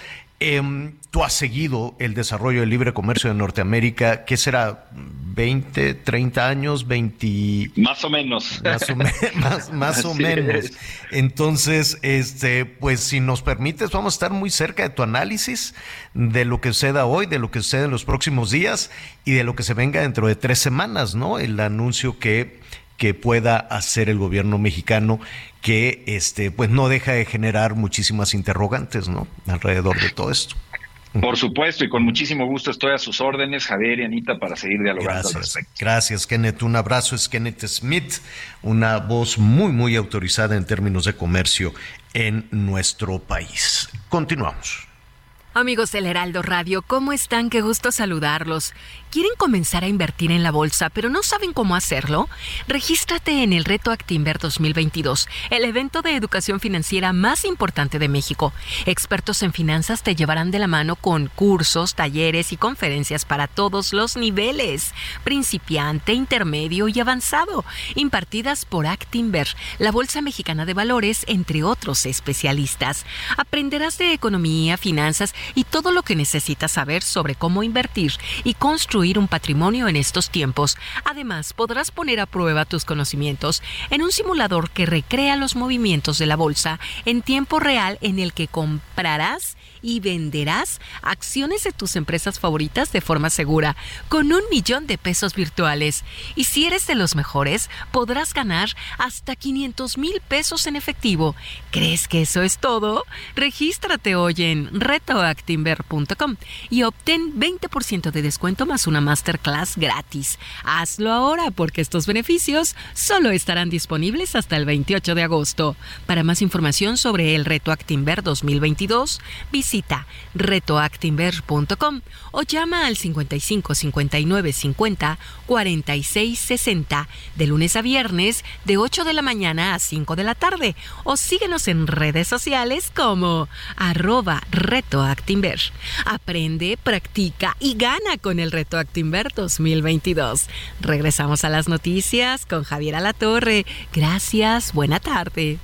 eh, tú has seguido el desarrollo del libre comercio de Norteamérica. ¿Qué será? ¿veinte, treinta años? veinte Más o menos. Más o, me, más, más o menos. Es. Entonces, este, pues si nos permites, vamos a estar muy cerca de tu análisis de lo que suceda hoy, de lo que sucede en los próximos días y de lo que se venga dentro de tres semanas, ¿no? El anuncio que, que pueda hacer el gobierno mexicano, que este, pues no deja de generar muchísimas interrogantes, ¿no? Alrededor de todo esto. Por supuesto, y con muchísimo gusto estoy a sus órdenes, Javier y Anita, para seguir dialogando Gracias. al respecto. Gracias, Kenneth. Un abrazo. Es Kenneth Smith, una voz muy, muy autorizada en términos de comercio en nuestro país. Continuamos. Amigos del Heraldo Radio, ¿cómo están? Qué gusto saludarlos. ¿Quieren comenzar a invertir en la bolsa, pero no saben cómo hacerlo? Regístrate en el Reto Actinver dos mil veintidós, el evento de educación financiera más importante de México. Expertos en finanzas te llevarán de la mano con cursos, talleres y conferencias para todos los niveles, principiante, intermedio y avanzado, impartidas por Actinver, la Bolsa Mexicana de Valores, entre otros especialistas. Aprenderás de economía, finanzas y todo lo que necesitas saber sobre cómo invertir y construir un patrimonio en estos tiempos. Además, podrás poner a prueba tus conocimientos en un simulador que recrea los movimientos de la bolsa en tiempo real, en el que comprarás y venderás acciones de tus empresas favoritas de forma segura, con un millón de pesos virtuales. Y si eres de los mejores, podrás ganar hasta quinientos mil pesos en efectivo. ¿Crees que eso es todo? Regístrate hoy en reto actinver punto com y obtén veinte por ciento de descuento más una masterclass gratis. Hazlo ahora, porque estos beneficios solo estarán disponibles hasta el veintiocho de agosto. Para más información sobre el Reto Actinver dos mil veintidós, visita Visita reto actinver punto com o llama al cincuenta y cinco, cincuenta y nueve, cincuenta, cuarenta y seis, sesenta de lunes a viernes de ocho de la mañana a cinco de la tarde, o síguenos en redes sociales como arroba Reto Actinver. Aprende, practica y gana con el Reto Actinver dos mil veintidós. Regresamos a las noticias con Javier Alatorre. Gracias, buena tarde.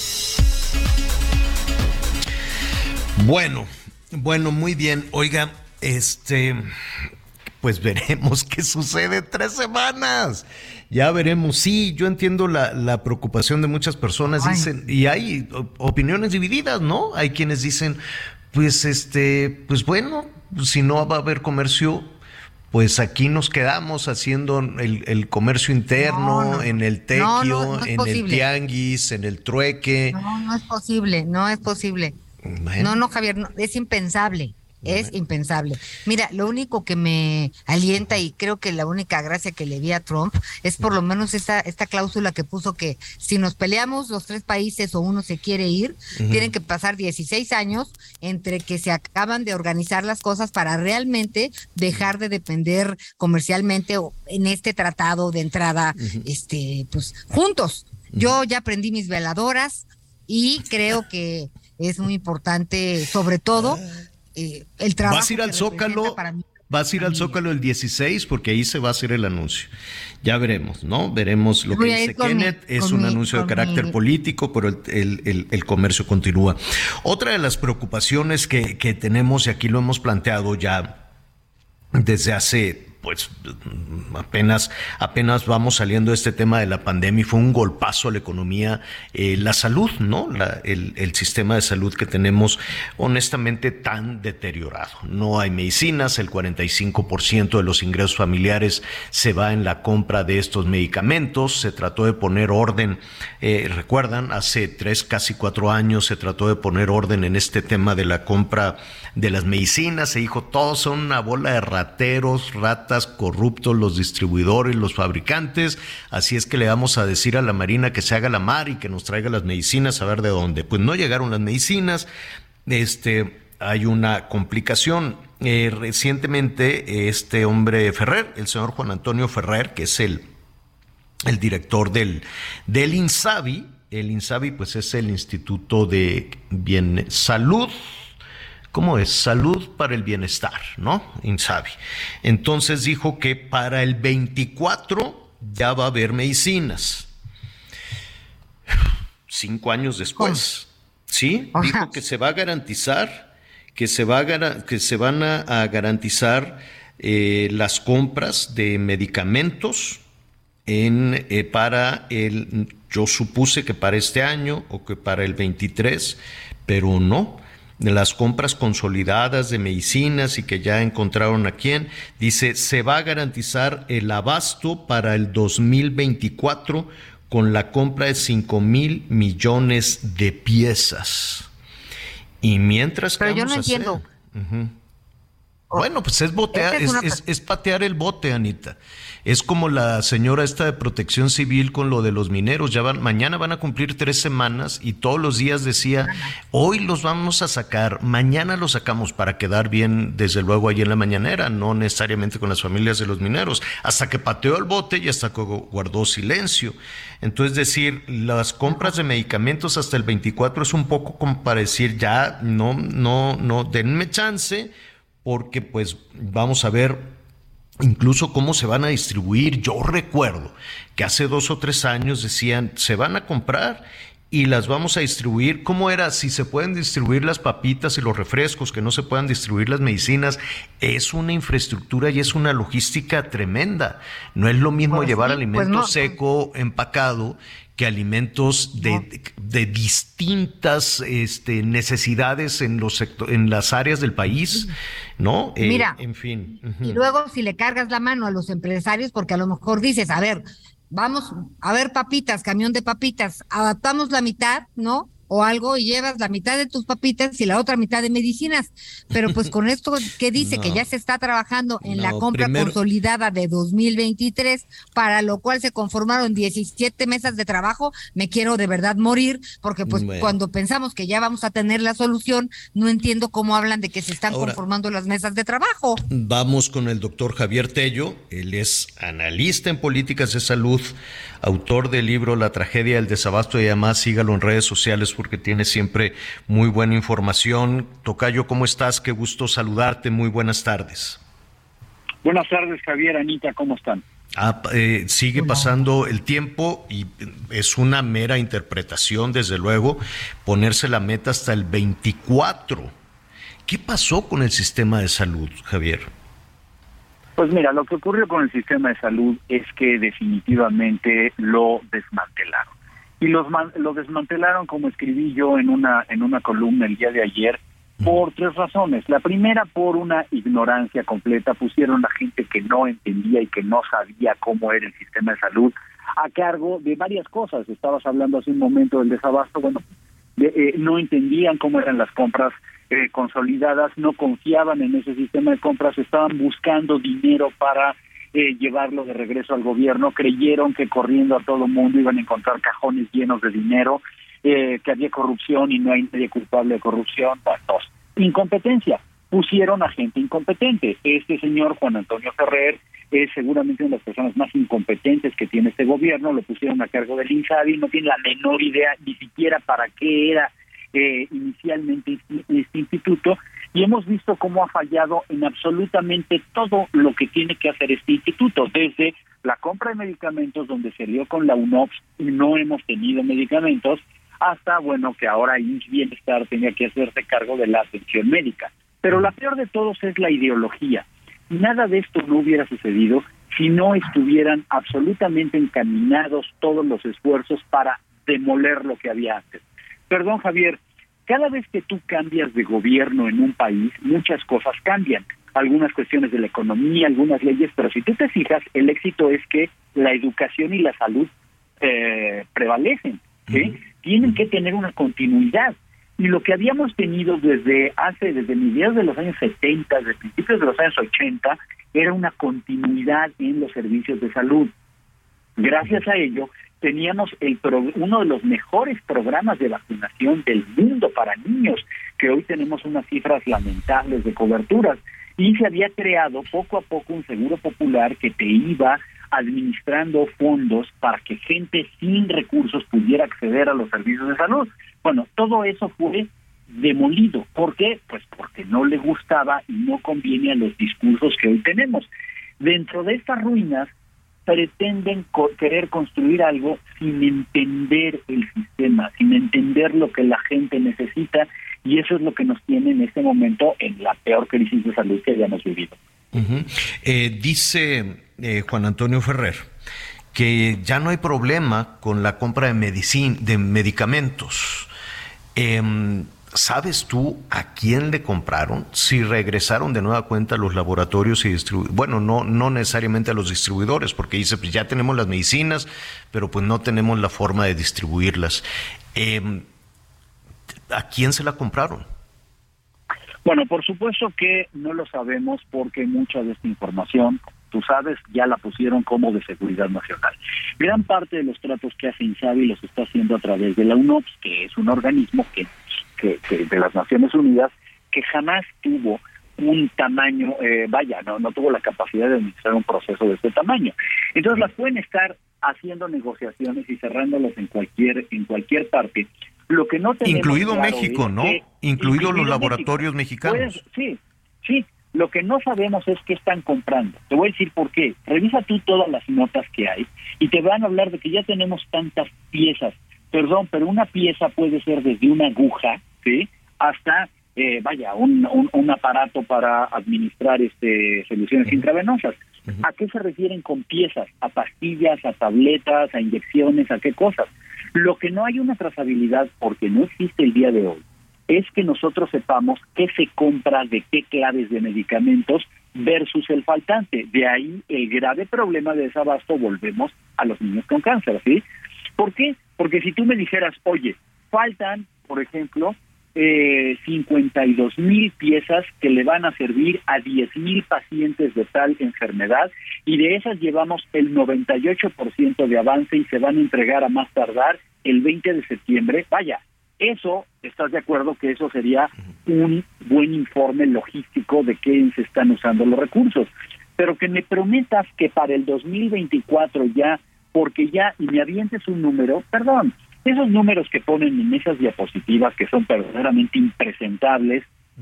Bueno, bueno, muy bien. Oiga, este, pues veremos qué sucede en tres semanas. Ya veremos. Sí, yo entiendo la, la preocupación de muchas personas. Ay. Dicen, y hay opiniones divididas, ¿no? Hay quienes dicen, pues, este, pues bueno, si no va a haber comercio, pues aquí nos quedamos haciendo el, el comercio interno, no, no, en el tequio, no, no, no en posible. El tianguis, en el trueque. No, no es posible, no es posible. Bueno. No, no, Javier, no, es impensable, es bueno. impensable. Mira, lo único que me alienta, y creo que la única gracia que le vi a Trump, es por lo menos esta, esta cláusula que puso, que si nos peleamos los tres países o uno se quiere ir, uh-huh. tienen que pasar dieciséis años entre que se acaban de organizar las cosas para realmente dejar de depender comercialmente o en este tratado de entrada, uh-huh. este, pues juntos. Uh-huh. Yo ya prendí mis veladoras y creo que es muy importante, sobre todo, eh, el trabajo. ¿Vas a ir al Zócalo? Para mí, ¿Vas a ir al Zócalo el dieciséis? Porque ahí se va a hacer el anuncio. Ya veremos, ¿no? Veremos lo Voy que dice Kenneth. Mi, es un mi, anuncio de carácter mi... político, pero el, el, el, el comercio continúa. Otra de las preocupaciones que, que tenemos, y aquí lo hemos planteado ya desde hace... pues apenas apenas vamos saliendo de este tema de la pandemia, y fue un golpazo a la economía, eh, la salud, ¿no? La, el, el sistema de salud que tenemos, honestamente, tan deteriorado. No hay medicinas, el cuarenta y cinco por ciento de los ingresos familiares se va en la compra de estos medicamentos. Se trató de poner orden, eh, recuerdan, hace tres, casi cuatro años se trató de poner orden en este tema de la compra de las medicinas. Se dijo, todos son una bola de rateros, ratas, corruptos, los distribuidores, los fabricantes, así es que le vamos a decir a la Marina que se haga la mar y que nos traiga las medicinas a ver de dónde. Pues no llegaron las medicinas. Este, hay una complicación. Eh, recientemente este hombre Ferrer, el señor Juan Antonio Ferrer, que es el, el director del, del INSABI, el INSABI pues es el Instituto de Bien Salud, ¿cómo es? Salud para el Bienestar, ¿no? INSABI. Entonces dijo que para el veinticuatro ya va a haber medicinas. Cinco años después, ¿sí? Dijo que se va a garantizar que se, va a, que se van a, a garantizar eh, las compras de medicamentos en eh, para el, yo supuse que para este año o que para el veintitrés, pero no. De las compras consolidadas de medicinas y que ya encontraron a quién, dice, se va a garantizar el abasto para el dos mil veinticuatro con la compra de cinco mil millones de piezas. Y mientras que Pero yo no entiendo. Uh-huh. Bueno, pues es botear, es, es, es, es patear el bote, Anita. Es como la señora esta de Protección Civil con lo de los mineros. Ya van, mañana van a cumplir tres semanas y todos los días decía, hoy los vamos a sacar, mañana los sacamos para quedar bien, desde luego, ahí en la mañanera, no necesariamente con las familias de los mineros, hasta que pateó el bote y hasta que guardó silencio. Entonces, decir, las compras de medicamentos hasta el veinticuatro es un poco como para decir, ya, no, no, no, denme chance, porque pues vamos a ver incluso cómo se van a distribuir. Yo recuerdo que hace dos o tres años decían, se van a comprar y las vamos a distribuir. ¿Cómo era? Si se pueden distribuir las papitas y los refrescos, que no se puedan distribuir las medicinas. Es una infraestructura y es una logística tremenda. No es lo mismo pues llevar sí, alimento pues no. seco, empacado, que alimentos de, no. de, de distintas este, necesidades en los sector, en las áreas del país, ¿no? Mira, eh, en fin. Uh-huh. Y luego si le cargas la mano a los empresarios, porque a lo mejor dices, a ver, vamos a ver papitas, camión de papitas, adaptamos la mitad, ¿no? O algo y llevas la mitad de tus papitas y la otra mitad de medicinas. Pero pues con esto que dice no, que ya se está trabajando en no, la compra primero... consolidada de dos mil veintitrés, para lo cual se conformaron diecisiete mesas de trabajo, me quiero de verdad morir, porque pues bueno. cuando pensamos que ya vamos a tener la solución, no entiendo cómo hablan de que se están Ahora, conformando las mesas de trabajo. Vamos con el doctor Javier Tello, él es analista en políticas de salud, autor del libro La tragedia del desabasto, y además sígalo en redes sociales porque tiene siempre muy buena información. Tocayo, ¿cómo estás? Qué gusto saludarte, muy buenas tardes. Buenas tardes, Javier, Anita, ¿cómo están? Ah, eh, sigue Hola. pasando el tiempo y es una mera interpretación, desde luego, ponerse la meta hasta el veinticuatro. ¿Qué pasó con el sistema de salud, Javier? Pues mira, lo que ocurrió con el sistema de salud es que definitivamente lo desmantelaron. Y los lo desmantelaron, como escribí yo en una en una columna el día de ayer, por tres razones. La primera, por una ignorancia completa. Pusieron a gente que no entendía y que no sabía cómo era el sistema de salud a cargo de varias cosas. Estabas hablando hace un momento del desabasto. Bueno, de, eh, no entendían cómo eran las compras eh, consolidadas, no confiaban en ese sistema de compras, estaban buscando dinero para Eh, llevarlo de regreso al gobierno, creyeron que corriendo a todo mundo iban a encontrar cajones llenos de dinero, eh, que había corrupción y no hay nadie culpable de corrupción. Dos, incompetencia, pusieron a gente incompetente. Este señor Juan Antonio Ferrer es seguramente una de las personas más incompetentes que tiene este gobierno, lo pusieron a cargo del INSABI, no tiene la menor idea ni siquiera para qué era eh, inicialmente este instituto. Y hemos visto cómo ha fallado en absolutamente todo lo que tiene que hacer este instituto, desde la compra de medicamentos, donde se lió con la UNOPS y no hemos tenido medicamentos, hasta, bueno, que ahora I M S S Bienestar tenía que hacerse cargo de la atención médica. Pero la peor de todos es la ideología. Nada de esto no hubiera sucedido si no estuvieran absolutamente encaminados todos los esfuerzos para demoler lo que había antes. Perdón, Javier, cada vez que tú cambias de gobierno en un país, muchas cosas cambian. Algunas cuestiones de la economía, algunas leyes, pero si tú te fijas, el éxito es que la educación y la salud eh, prevalecen, ¿sí? Uh-huh. Tienen que tener una continuidad. Y lo que habíamos tenido desde hace, desde mediados de los años setenta, desde principios de los años ochenta, era una continuidad en los servicios de salud. Gracias a ello, teníamos el pro, uno de los mejores programas de vacunación del mundo para niños, que hoy tenemos unas cifras lamentables de coberturas, y se había creado poco a poco un seguro popular que te iba administrando fondos para que gente sin recursos pudiera acceder a los servicios de salud. Bueno, todo eso fue demolido. ¿Por qué? Pues porque no le gustaba y no conviene a los discursos que hoy tenemos. Dentro de estas ruinas pretenden co- querer construir algo sin entender el sistema, sin entender lo que la gente necesita, Y eso es lo que nos tiene en este momento en la peor crisis de salud que hayamos vivido. Uh-huh. Eh, dice eh, Juan Antonio Ferrer que ya no hay problema con la compra de medicin- de medicamentos. Eh, ¿Sabes tú a quién le compraron? Si regresaron de nueva cuenta a los laboratorios y distribuidores. Bueno, no, no necesariamente a los distribuidores, porque dice, pues ya tenemos las medicinas, pero pues no tenemos la forma de distribuirlas. Eh, ¿A quién se la compraron? Bueno, por supuesto que no lo sabemos porque mucha de esta información, tú sabes, ya la pusieron como de seguridad nacional. Gran parte de los tratos que hace INSABI los está haciendo a través de la UNOPS, que es un organismo que, que, que de las Naciones Unidas que jamás tuvo un tamaño, eh, vaya, no, no tuvo la capacidad de administrar un proceso de este tamaño. Entonces las pueden estar haciendo negociaciones y cerrándolas en cualquier, en cualquier parte. Lo que no tenemos Incluido claro México, es ¿no? que, incluido, incluido los laboratorios México. mexicanos. Pues, sí, sí. Lo que no sabemos es qué están comprando. Te voy a decir por qué. Revisa tú todas las notas que hay y te van a hablar de que ya tenemos tantas piezas. Perdón, pero una pieza puede ser desde una aguja, ¿sí? Hasta, eh, vaya, un, un, un aparato para administrar este soluciones intravenosas. ¿A qué se refieren con piezas? ¿A pastillas, a tabletas, a inyecciones, a qué cosas? Lo que no hay una trazabilidad, porque no existe el día de hoy, es que nosotros sepamos qué se compra de qué claves de medicamentos versus el faltante. De ahí el grave problema de desabasto, volvemos a los niños con cáncer, ¿sí? ¿Por qué? Porque si tú me dijeras, oye, faltan, por ejemplo, eh, cincuenta y dos mil piezas que le van a servir a diez mil pacientes de tal enfermedad, y de esas llevamos el noventa y ocho por ciento de avance y se van a entregar a más tardar el veinte de septiembre, vaya, eso, ¿estás de acuerdo que eso sería un buen informe logístico de qué se están usando los recursos? Pero que me prometas que para el dos mil veinticuatro ya, porque ya, y me avientes un número, perdón, esos números que ponen en esas diapositivas que son verdaderamente impresentables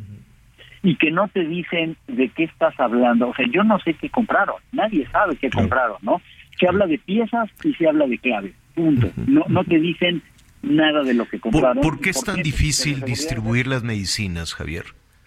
y que no te dicen de qué estás hablando, o sea, yo no sé qué compraron, nadie sabe qué compraron, ¿no? Se habla de piezas y se habla de claves, punto. No, no te dicen nada de lo que compraron. ¿Por, por qué es tan difícil distribuir las medicinas, Javier?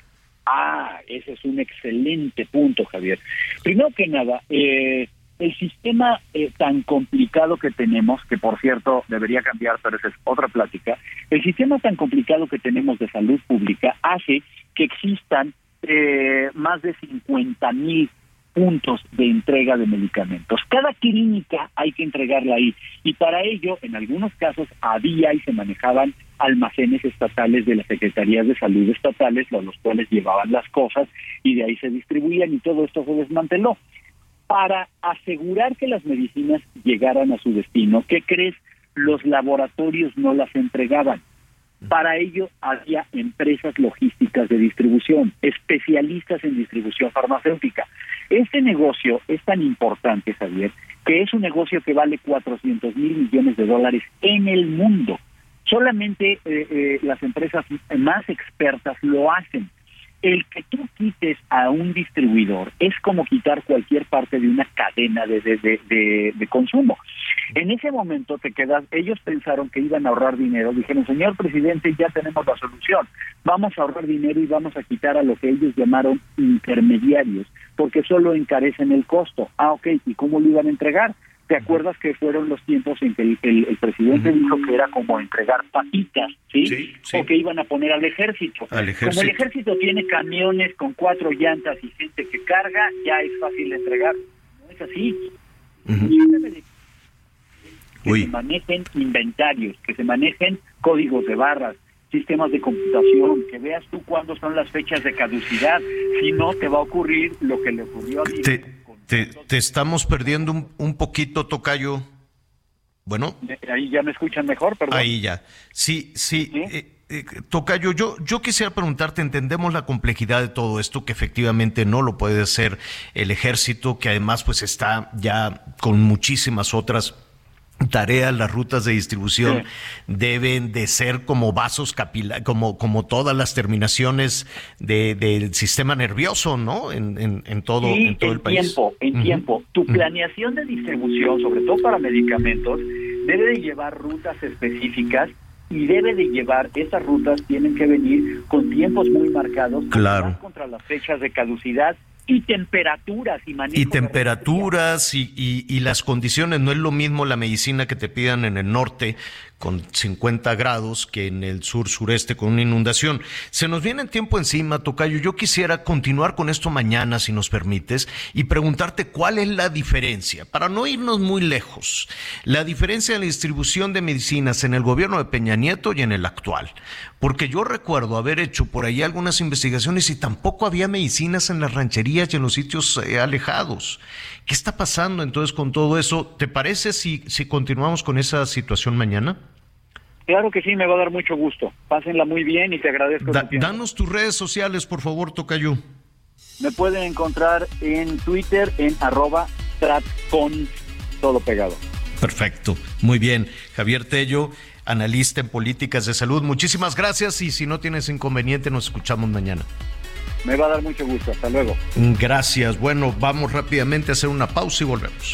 Ah, ese es un excelente punto, Javier. Primero que nada, eh, el sistema eh, tan complicado que tenemos, que por cierto debería cambiar, pero esa es otra plática, el sistema tan complicado que tenemos de salud pública hace que existan eh, más de cincuenta mil puntos de entrega de medicamentos. Cada clínica hay que entregarla ahí, y para ello, en algunos casos, había y se manejaban almacenes estatales de las secretarías de salud estatales, a los cuales llevaban las cosas y de ahí se distribuían, y todo esto se desmanteló. Para asegurar que las medicinas llegaran a su destino, ¿qué crees? Los laboratorios no las entregaban. Para ello había empresas logísticas de distribución, especialistas en distribución farmacéutica. Este negocio es tan importante, Javier, que es un negocio que vale cuatrocientos mil millones de dólares en el mundo. Solamente eh, eh, las empresas más expertas lo hacen. El que tú quites a un distribuidor es como quitar cualquier parte de una cadena de, de, de, de, de consumo. En ese momento te quedas, ellos pensaron que iban a ahorrar dinero, dijeron, señor presidente, ya tenemos la solución, vamos a ahorrar dinero y vamos a quitar a lo que ellos llamaron intermediarios, porque solo encarecen el costo. Ah, ok, ¿y cómo lo iban a entregar? ¿Te acuerdas que fueron los tiempos en que el, el, el presidente dijo que era como entregar papitas, ¿sí? Sí, sí. O que iban a poner al ejército. al ejército. Como el ejército tiene camiones con cuatro llantas y gente que carga, ya es fácil de entregar. No es así. Uh-huh. Que Uy. se manejen inventarios, que se manejen códigos de barras, sistemas de computación, que veas tú cuándo son las fechas de caducidad. Si no, te va a ocurrir lo que le ocurrió a ti. Te... Te, te estamos perdiendo un, un poquito, tocayo. Bueno. Ahí ya me escuchan mejor, perdón. Ahí ya. Sí, sí. ¿Sí? Eh, eh, tocayo, yo, yo quisiera preguntarte, entendemos la complejidad de todo esto, que efectivamente no lo puede hacer el ejército, que además pues está ya con muchísimas otras tareas. Las rutas de distribución sí. deben de ser como vasos capilares, como, como todas las terminaciones de, del sistema nervioso, ¿no? En, en, en todo, sí, en todo en el país. Tiempo, en uh-huh. tiempo. Tu planeación uh-huh. de distribución, sobre todo para medicamentos, debe de llevar rutas específicas y debe de llevar, esas rutas tienen que venir con tiempos muy marcados, claro, contra las fechas de caducidad y temperaturas y manejo y temperaturas y, y, y las condiciones. No es lo mismo la medicina que te pidan en el norte con cincuenta grados que en el sur sureste con una inundación. Se nos viene el tiempo encima, tocayo. Yo quisiera continuar con esto mañana, si nos permites, y preguntarte cuál es la diferencia, para no irnos muy lejos, la diferencia en la distribución de medicinas en el gobierno de Peña Nieto y en el actual. Porque yo recuerdo haber hecho por ahí algunas investigaciones y tampoco había medicinas en las rancherías y en los sitios eh, alejados. ¿Qué está pasando entonces con todo eso? ¿Te parece si, si continuamos con esa situación mañana? Claro que sí, me va a dar mucho gusto. Pásenla muy bien y te agradezco. Da, danos tus redes sociales, por favor, tocayo. Me pueden encontrar en Twitter en arroba tratcon, todo pegado. Perfecto, muy bien. Javier Tello, analista en políticas de salud. Muchísimas gracias y si no tienes inconveniente nos escuchamos mañana. Me va a dar mucho gusto. Hasta luego. Gracias. Bueno, vamos rápidamente a hacer una pausa y volvemos.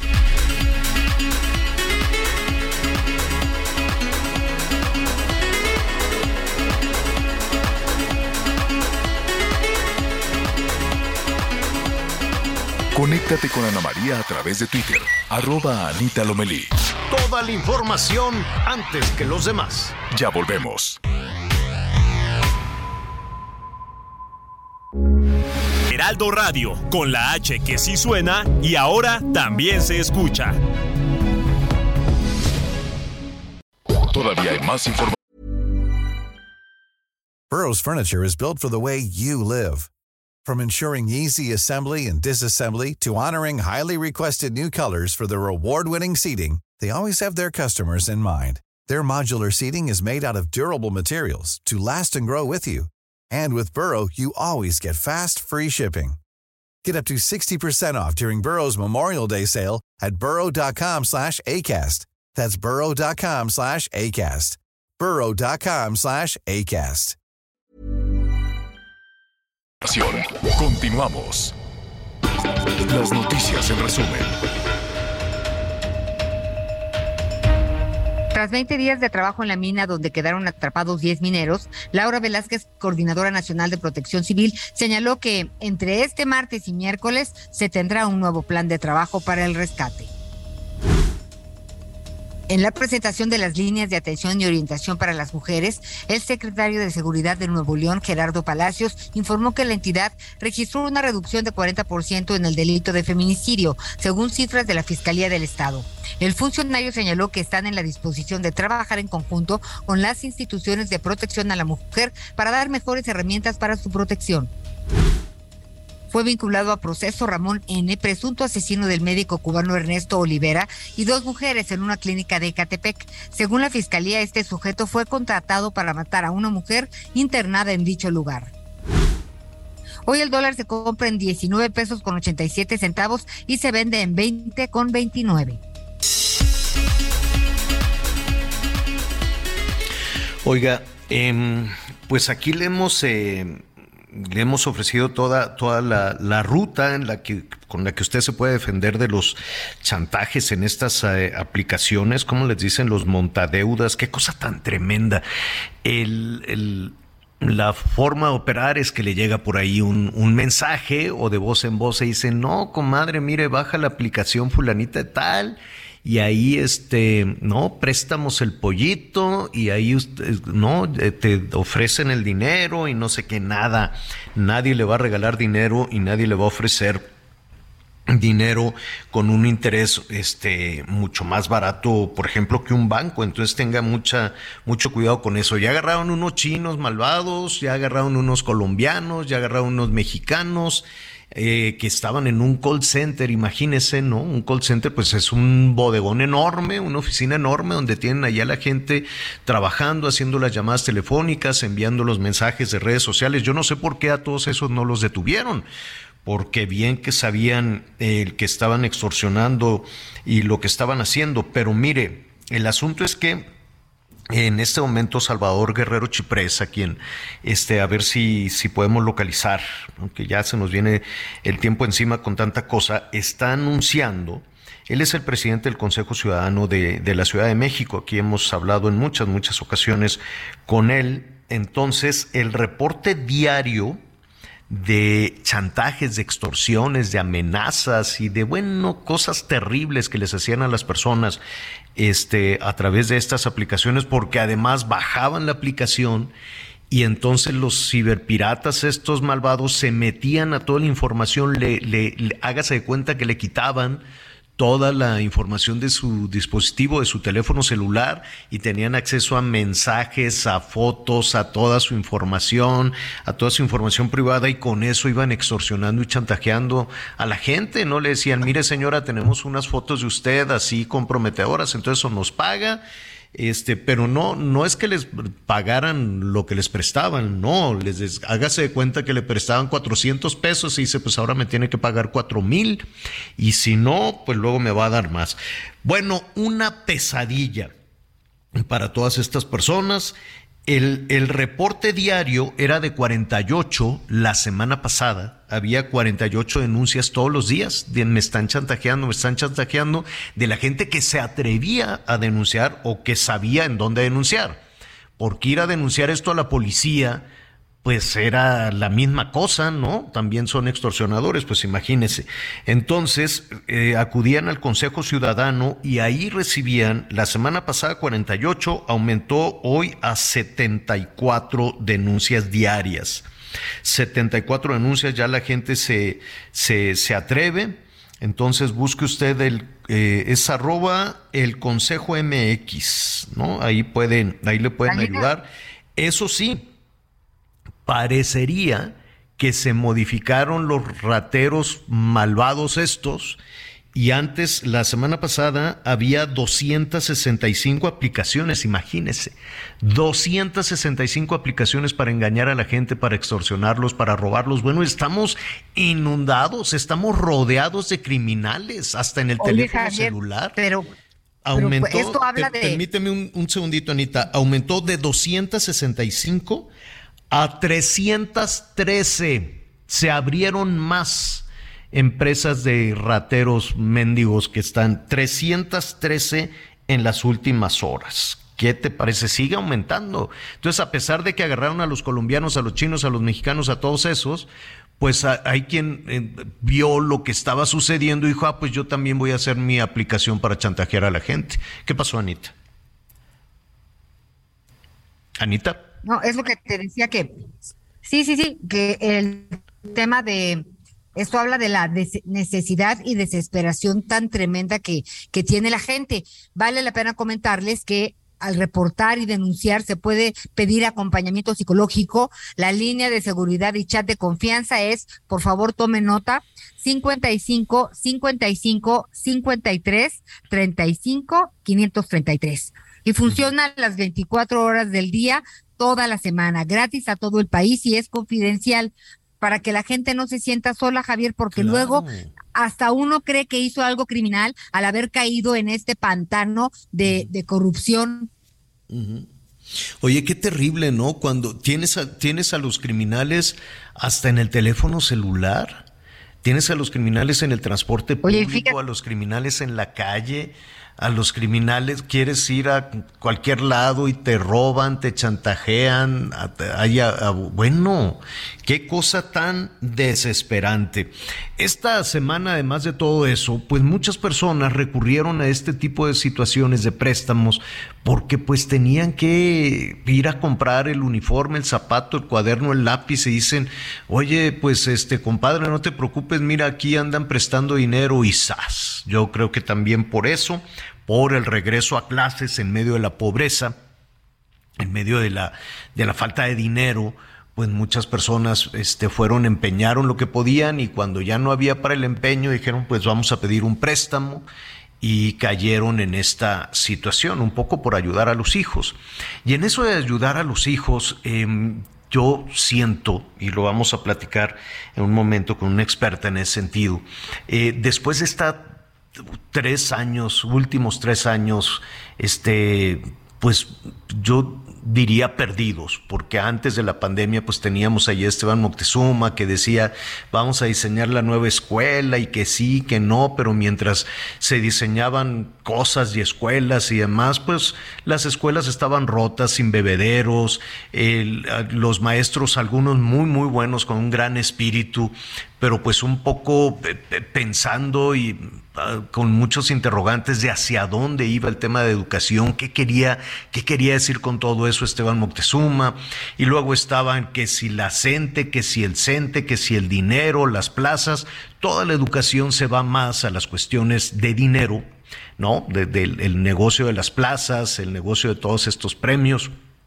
Conéctate con Ana María a través de Twitter, arroba Anita Lomelí. Toda la información antes que los demás. Ya volvemos. Heraldo Radio, con la H que sí suena y ahora también se escucha. Todavía hay más información. Burrow's furniture is built for the way you live. From ensuring easy assembly and disassembly to honoring highly requested new colors for their award-winning seating, they always have their customers in mind. Their modular seating is made out of durable materials to last and grow with you. And with Burrow, you always get fast, free shipping. Get up to sixty percent off during Burrow's Memorial Day sale at burrow.com slash ACAST. That's burrow.com slash ACAST. burrow.com slash ACAST. Continuamos. Las noticias en resumen. Tras veinte días de trabajo en la mina donde quedaron atrapados diez mineros, Laura Velázquez, coordinadora nacional de Protección Civil, señaló que entre este martes y miércoles se tendrá un nuevo plan de trabajo para el rescate. En la presentación de las líneas de atención y orientación para las mujeres, el secretario de Seguridad de Nuevo León, Gerardo Palacios, informó que la entidad registró una reducción de cuarenta por ciento en el delito de feminicidio, según cifras de la Fiscalía del Estado. El funcionario señaló que están en la disposición de trabajar en conjunto con las instituciones de protección a la mujer para dar mejores herramientas para su protección. Fue vinculado a proceso Ramón N., presunto asesino del médico cubano Ernesto Olivera, y dos mujeres en una clínica de Ecatepec. Según la Fiscalía, este sujeto fue contratado para matar a una mujer internada en dicho lugar. Hoy el dólar se compra en diecinueve pesos con ochenta y siete centavos y se vende en veinte con veintinueve. Oiga, eh, pues aquí le hemos... Eh... Le hemos ofrecido toda, toda la, la ruta en la que, con la que usted se puede defender de los chantajes en estas eh, aplicaciones, como les dicen, los montadeudas. Qué cosa tan tremenda. El, el, la forma de operar es que le llega por ahí un, un mensaje o de voz en voz y dice, no, comadre, mire, baja la aplicación fulanita de tal. Y ahí, este, no, préstamos el pollito y ahí, usted, no, te ofrecen el dinero y no sé qué, nada. Nadie le va a regalar dinero y nadie le va a ofrecer dinero con un interés, este, mucho más barato, por ejemplo, que un banco. Entonces tenga mucha, mucho cuidado con eso. Ya agarraron unos chinos malvados, ya agarraron unos colombianos, ya agarraron unos mexicanos. Eh, que estaban en un call center, imagínense, ¿no? Un call center pues es un bodegón enorme, una oficina enorme donde tienen allá la gente trabajando, haciendo las llamadas telefónicas, enviando los mensajes de redes sociales. Yo no sé por qué a todos esos no los detuvieron, porque bien que sabían eh, que estaban extorsionando y lo que estaban haciendo, pero mire, el asunto es que en este momento Salvador Guerrero Chiprés, a quien este, a ver si, si podemos localizar, aunque ya se nos viene el tiempo encima con tanta cosa, está anunciando Él es el presidente del Consejo Ciudadano de, de la Ciudad de México. Aquí hemos hablado en muchas, muchas ocasiones con él. Entonces, el reporte diario de chantajes, de extorsiones, de amenazas y de, bueno, cosas terribles que les hacían a las personas este, a través de estas aplicaciones, porque además bajaban la aplicación y entonces los ciberpiratas, estos malvados, se metían a toda la información, le, le, le hágase de cuenta que le quitaban toda la información de su dispositivo, de su teléfono celular, y tenían acceso a mensajes, a fotos, a toda su información, a toda su información privada, y con eso iban extorsionando y chantajeando a la gente, ¿no? Le decían, mire señora, tenemos unas fotos de usted así comprometedoras, entonces o nos paga, este, pero no, no es que les pagaran lo que les prestaban, no, les, les hágase de cuenta que le prestaban cuatrocientos pesos y dice, pues ahora me tiene que pagar cuatro mil, y si no, pues luego me va a dar más. Bueno, una pesadilla para todas estas personas. El, el reporte diario era de cuarenta y ocho la semana pasada, había cuarenta y ocho denuncias todos los días, de me están chantajeando, me están chantajeando, de la gente que se atrevía a denunciar o que sabía en dónde denunciar, porque ir a denunciar esto a la policía, pues era la misma cosa, ¿no? También son extorsionadores, pues imagínense. Entonces, eh, acudían al Consejo Ciudadano y ahí recibían, la semana pasada cuarenta y ocho, aumentó hoy a setenta y cuatro denuncias diarias. setenta y cuatro denuncias, ya la gente se, se, se atreve. Entonces busque usted el, eh, es arroba el Consejo M X, ¿no? Ahí pueden, ahí le pueden ayudar. Eso sí, parecería que se modificaron los rateros malvados estos, y antes, la semana pasada, había doscientas sesenta y cinco aplicaciones, imagínense, doscientas sesenta y cinco aplicaciones para engañar a la gente, para extorsionarlos, para robarlos. Bueno, estamos inundados, estamos rodeados de criminales, hasta en el Oye, teléfono Javier, celular. Pero aumentó, pero esto habla te, de... permíteme un, un segundito, Anita, aumentó de doscientas sesenta y cinco a trescientas trece. Se abrieron más empresas de rateros mendigos que están trescientas trece en las últimas horas. ¿Qué te parece? Sigue aumentando. Entonces, a pesar de que agarraron a los colombianos, a los chinos, a los mexicanos, a todos esos, pues a, hay quien eh, vio lo que estaba sucediendo y dijo, ah, pues yo también voy a hacer mi aplicación para chantajear a la gente. ¿Qué pasó, Anita? ¿Anita? No, es lo que te decía que, sí, sí, sí, que el tema de, esto habla de la des- necesidad y desesperación tan tremenda que, que tiene la gente. Vale la pena comentarles que al reportar y denunciar se puede pedir acompañamiento psicológico. La línea de seguridad y chat de confianza es, por favor, tome nota, cincuenta y cinco, cincuenta y cinco, cincuenta y tres, treinta y cinco, quinientos treinta y tres. Y funciona las veinticuatro horas del día, toda la semana, gratis a todo el país, y es confidencial para que la gente no se sienta sola, Javier, porque claro, luego hasta uno cree que hizo algo criminal al haber caído en este pantano de, de corrupción. Uh-huh. Oye, qué terrible, ¿no? Cuando tienes a, tienes a los criminales hasta en el teléfono celular, tienes a los criminales en el transporte público, Oye, fíjate, a los criminales en la calle, a los criminales, quieres ir a cualquier lado y te roban, te chantajean, a, a, a, bueno, qué cosa tan desesperante. Esta semana, además de todo eso, pues muchas personas recurrieron a este tipo de situaciones de préstamos porque pues tenían que ir a comprar el uniforme, el zapato, el cuaderno, el lápiz, y dicen, oye, pues este compadre, no te preocupes, mira, aquí andan prestando dinero, y ¡zas! Yo creo que también por eso, por el regreso a clases en medio de la pobreza, en medio de la, de la falta de dinero, pues muchas personas este, fueron, empeñaron lo que podían, y cuando ya no había para el empeño, dijeron, pues vamos a pedir un préstamo, y cayeron en esta situación, un poco por ayudar a los hijos. Y en eso de ayudar a los hijos, eh, yo siento, y lo vamos a platicar en un momento con una experta en ese sentido, eh, después de esta tres años, últimos tres años, este, pues yo diría perdidos, porque antes de la pandemia pues teníamos ahí a Esteban Moctezuma que decía vamos a diseñar la nueva escuela y que sí, que no, pero mientras se diseñaban cosas y escuelas y demás, pues las escuelas estaban rotas, sin bebederos, el, los maestros, algunos muy muy buenos con un gran espíritu, pero pues un poco pensando y uh, con muchos interrogantes de hacia dónde iba el tema de educación, qué quería, qué quería decir con todo eso Esteban Moctezuma, y luego estaban que si la CENTE, que si el CENTE, que si el dinero, las plazas, toda la educación se va más a las cuestiones de dinero, ¿no? De, de, el negocio de las plazas, el negocio de todos estos premios,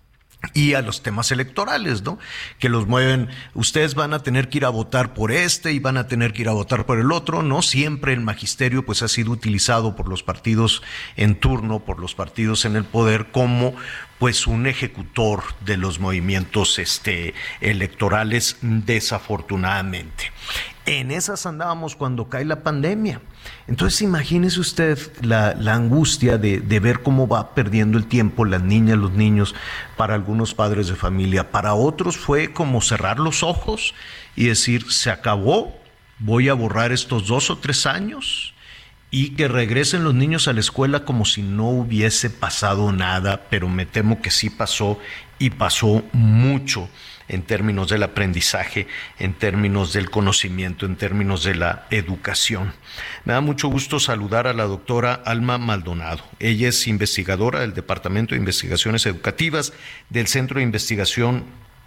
y a los temas electorales, ¿no? Que los mueven, ustedes van a tener que ir a votar por este y van a tener que ir a votar por el otro, ¿no? Siempre el magisterio pues ha sido utilizado por los partidos en turno, por los partidos en el poder como pues un ejecutor de los movimientos este, electorales, desafortunadamente. En esas andábamos cuando cae la pandemia. Entonces imagínese usted la, la angustia de, de ver cómo va perdiendo el tiempo las niñas, los niños, para algunos padres de familia. Para otros fue como cerrar los ojos y decir, se acabó, voy a borrar estos dos o tres años y que regresen los niños a la escuela como si no hubiese pasado nada, pero me temo que sí pasó y pasó mucho en términos del aprendizaje, en términos del conocimiento, en términos de la educación. Me da mucho gusto saludar a la doctora Alma Maldonado. Ella es investigadora del Departamento de Investigaciones Educativas del Centro de Investigación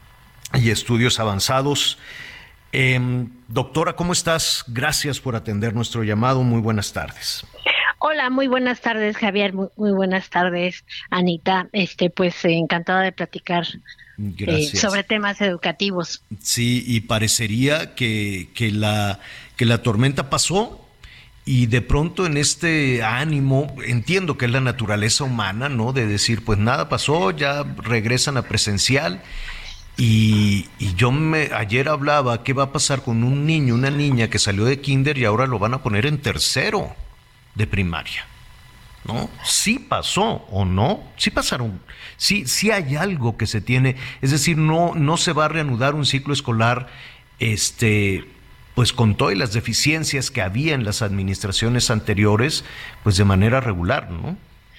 y Estudios Avanzados. Eh, doctora, ¿cómo estás? Gracias por atender nuestro llamado. Muy buenas tardes. Hola, muy buenas tardes, Javier. Muy, muy buenas tardes, Anita. Este, pues eh, encantada de platicar eh, sobre temas educativos. Sí, y parecería que, que la que la tormenta pasó y de pronto en este ánimo, entiendo que es la naturaleza humana, ¿no? De decir, pues nada pasó, ya regresan a presencial. Y, y yo me ayer hablaba, ¿qué va a pasar con un niño, una niña que salió de kinder y ahora lo van a poner en tercero de primaria? ¿No? Sí pasó, ¿o no? Sí pasaron, sí, sí hay algo que se tiene, es decir, no, no se va a reanudar un ciclo escolar, este, pues con todas las deficiencias que había en las administraciones anteriores, pues de manera regular, ¿no?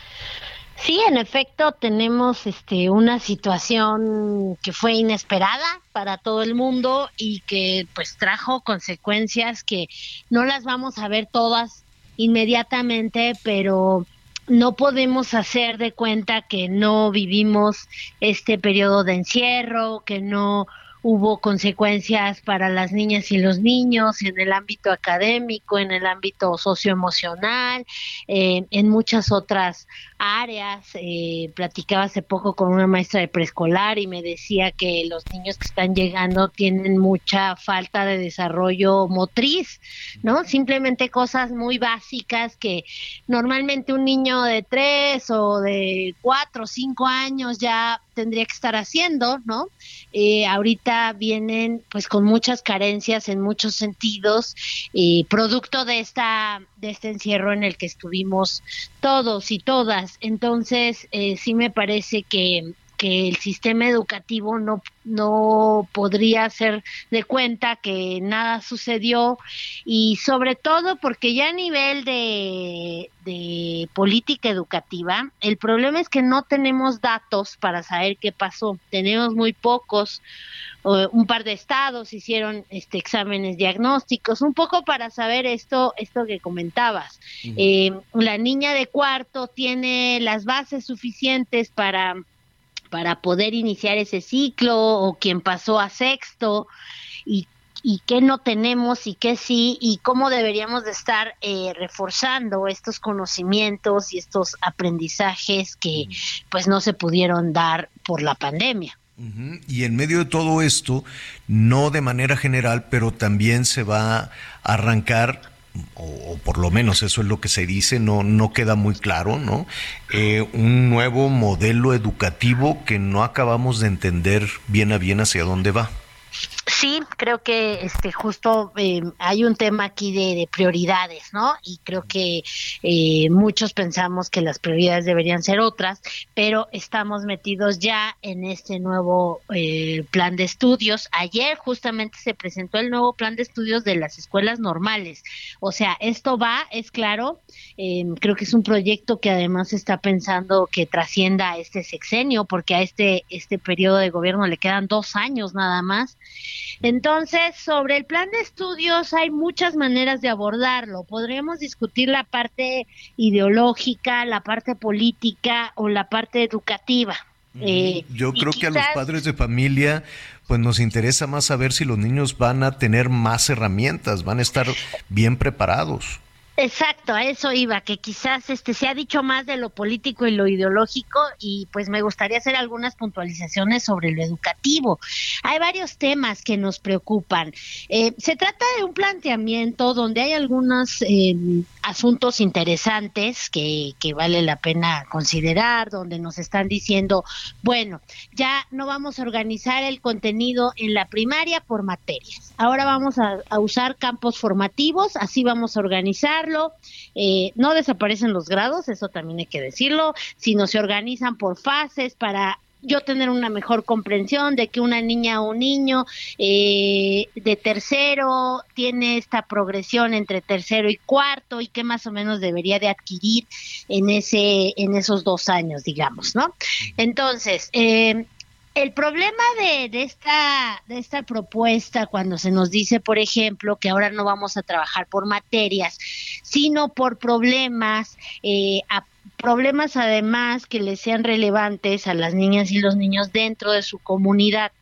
Sí, en efecto, tenemos este una situación que fue inesperada para todo el mundo y que pues trajo consecuencias que no las vamos a ver todas inmediatamente, pero no podemos hacer de cuenta que no vivimos este periodo de encierro, que no hubo consecuencias para las niñas y los niños en el ámbito académico, en el ámbito socioemocional, eh, en muchas otras áreas. Eh, platicaba hace poco con una maestra de preescolar y me decía que los niños que están llegando tienen mucha falta de desarrollo motriz, ¿no? Simplemente cosas muy básicas que normalmente un niño de tres o de cuatro o cinco años ya tendría que estar haciendo, ¿no? Eh, ahorita vienen pues con muchas carencias en muchos sentidos, eh, producto de esta de este encierro en el que estuvimos todos y todas. Entonces, eh, sí me parece que que el sistema educativo no no podría hacer de cuenta que nada sucedió, y sobre todo porque ya a nivel de, de política educativa, el problema es que no tenemos datos para saber qué pasó, tenemos muy pocos. Uh, un par de estados hicieron este exámenes diagnósticos, un poco para saber esto, esto que comentabas. Uh-huh. Eh, la niña de cuarto tiene las bases suficientes para para poder iniciar ese ciclo, o quien pasó a sexto, y, y qué no tenemos y qué sí, y cómo deberíamos de estar eh, reforzando estos conocimientos y estos aprendizajes que pues no se pudieron dar por la pandemia. Uh-huh. Y en medio de todo esto, no de manera general, pero también se va a arrancar, O, o por lo menos eso es lo que se dice, no, no queda muy claro, ¿no? Eh, un nuevo modelo educativo que no acabamos de entender bien a bien hacia dónde va. Sí, creo que este justo eh, hay un tema aquí de, de prioridades, ¿no? Y creo que eh, muchos pensamos que las prioridades deberían ser otras, pero estamos metidos ya en este nuevo eh, plan de estudios. Ayer justamente se presentó el nuevo plan de estudios de las escuelas normales. O sea, esto va, es claro, eh, creo que es un proyecto que además está pensando que trascienda a este sexenio, porque a este, este periodo de gobierno le quedan dos años nada más. Entonces, sobre el plan de estudios hay muchas maneras de abordarlo. Podríamos discutir la parte ideológica, la parte política o la parte educativa. Eh, Yo creo quizás... que a los padres de familia pues nos interesa más saber si los niños van a tener más herramientas, van a estar bien preparados. Exacto, a eso iba, que quizás este se ha dicho más de lo político y lo ideológico, y pues me gustaría hacer algunas puntualizaciones sobre lo educativo. Hay varios temas que nos preocupan. Eh, se trata de un planteamiento donde hay algunos eh, asuntos interesantes que, que vale la pena considerar, donde nos están diciendo, bueno, ya no vamos a organizar el contenido en la primaria por materias, ahora vamos a, a usar campos formativos, así vamos a organizarlo. Eh, no desaparecen los grados, eso también hay que decirlo, sino se organizan por fases para yo tener una mejor comprensión de que una niña o un niño eh, de tercero tiene esta progresión entre tercero y cuarto y qué más o menos debería de adquirir en ese en esos dos años, digamos, ¿no? Entonces, eh, el problema de, de esta de esta propuesta, cuando se nos dice, por ejemplo, que ahora no vamos a trabajar por materias, sino por problemas, eh, a, problemas además que les sean relevantes a las niñas y los niños dentro de su comunidad.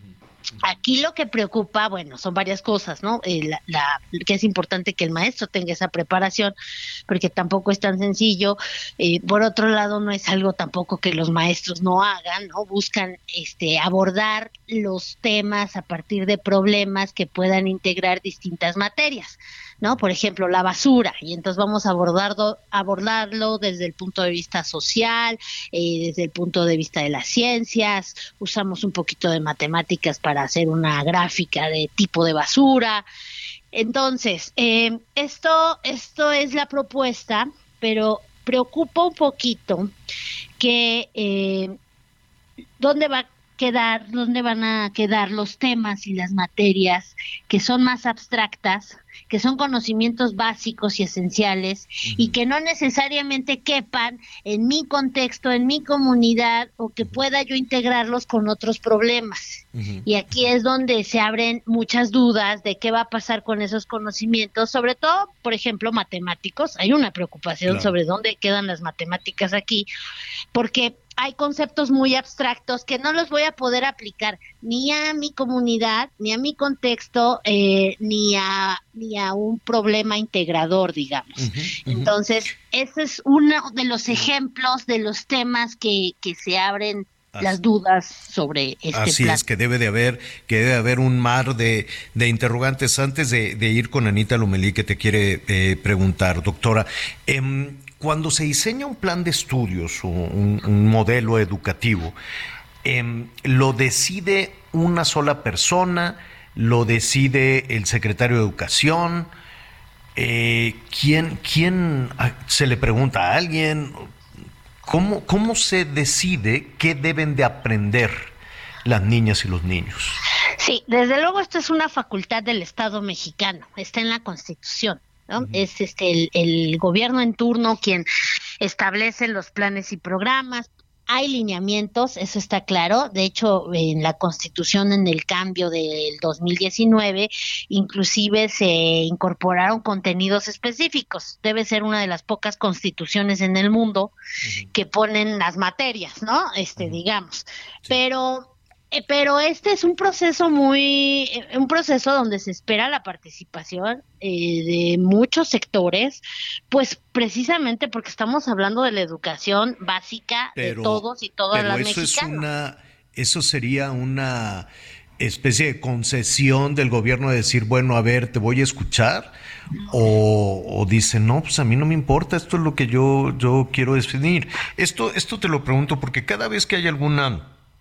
Aquí lo que preocupa, bueno, son varias cosas, ¿no? Eh, la, la, que es importante que el maestro tenga esa preparación, porque tampoco es tan sencillo. Eh, por otro lado, no es algo tampoco que los maestros no hagan, ¿no? Buscan este, abordar los temas a partir de problemas que puedan integrar distintas materias, ¿no? Por ejemplo, la basura, y entonces vamos a abordarlo, abordarlo desde el punto de vista social, eh, desde el punto de vista de las ciencias, usamos un poquito de matemáticas para hacer una gráfica de tipo de basura. Entonces, eh, esto, esto es la propuesta, pero preocupa un poquito que eh, dónde va a quedar, dónde van a quedar los temas y las materias que son más abstractas, que son conocimientos básicos y esenciales, uh-huh, y que no necesariamente quepan en mi contexto, en mi comunidad, o que pueda yo integrarlos con otros problemas. Uh-huh. Y aquí es donde se abren muchas dudas de qué va a pasar con esos conocimientos, sobre todo, por ejemplo, matemáticos. Hay una preocupación, claro, sobre dónde quedan las matemáticas aquí, porque hay conceptos muy abstractos que no los voy a poder aplicar ni a mi comunidad, ni a mi contexto, eh, ni a ni a un problema integrador, digamos. Uh-huh, uh-huh. Entonces, ese es uno de los ejemplos de los temas que, que se abren Así. las dudas sobre este Así plan. es, que debe de haber, que debe haber un mar de, de interrogantes. Antes de, de ir con Anita Lomelí, que te quiere eh, preguntar, doctora, eh, cuando se diseña un plan de estudios o un, un modelo educativo, eh, ¿lo decide una sola persona? ¿Lo decide el secretario de Educación? Eh, ¿quién, quién se le pregunta a alguien? ¿Cómo, cómo se decide qué deben de aprender las niñas y los niños? Sí, desde luego esto es una facultad del Estado mexicano, está en la Constitución, ¿no? Uh-huh. Es este el, el gobierno en turno quien establece los planes y programas. Hay lineamientos, eso está claro. De hecho, en la Constitución, en el cambio del dos mil diecinueve, inclusive se incorporaron contenidos específicos. Debe ser una de las pocas constituciones en el mundo uh-huh. que ponen las materias, ¿no? Este, uh-huh. digamos. Sí. Pero Eh, pero este es un proceso muy, eh, un proceso donde se espera la participación eh, de muchos sectores, pues precisamente porque estamos hablando de la educación básica pero, de todos y todas las mexicanas. Pero eso es una, eso sería una especie de concesión del gobierno de decir, bueno, a ver, te voy a escuchar, o, o dice, no, pues a mí no me importa, esto es lo que yo, yo quiero definir. Esto, esto te lo pregunto porque cada vez que hay alguna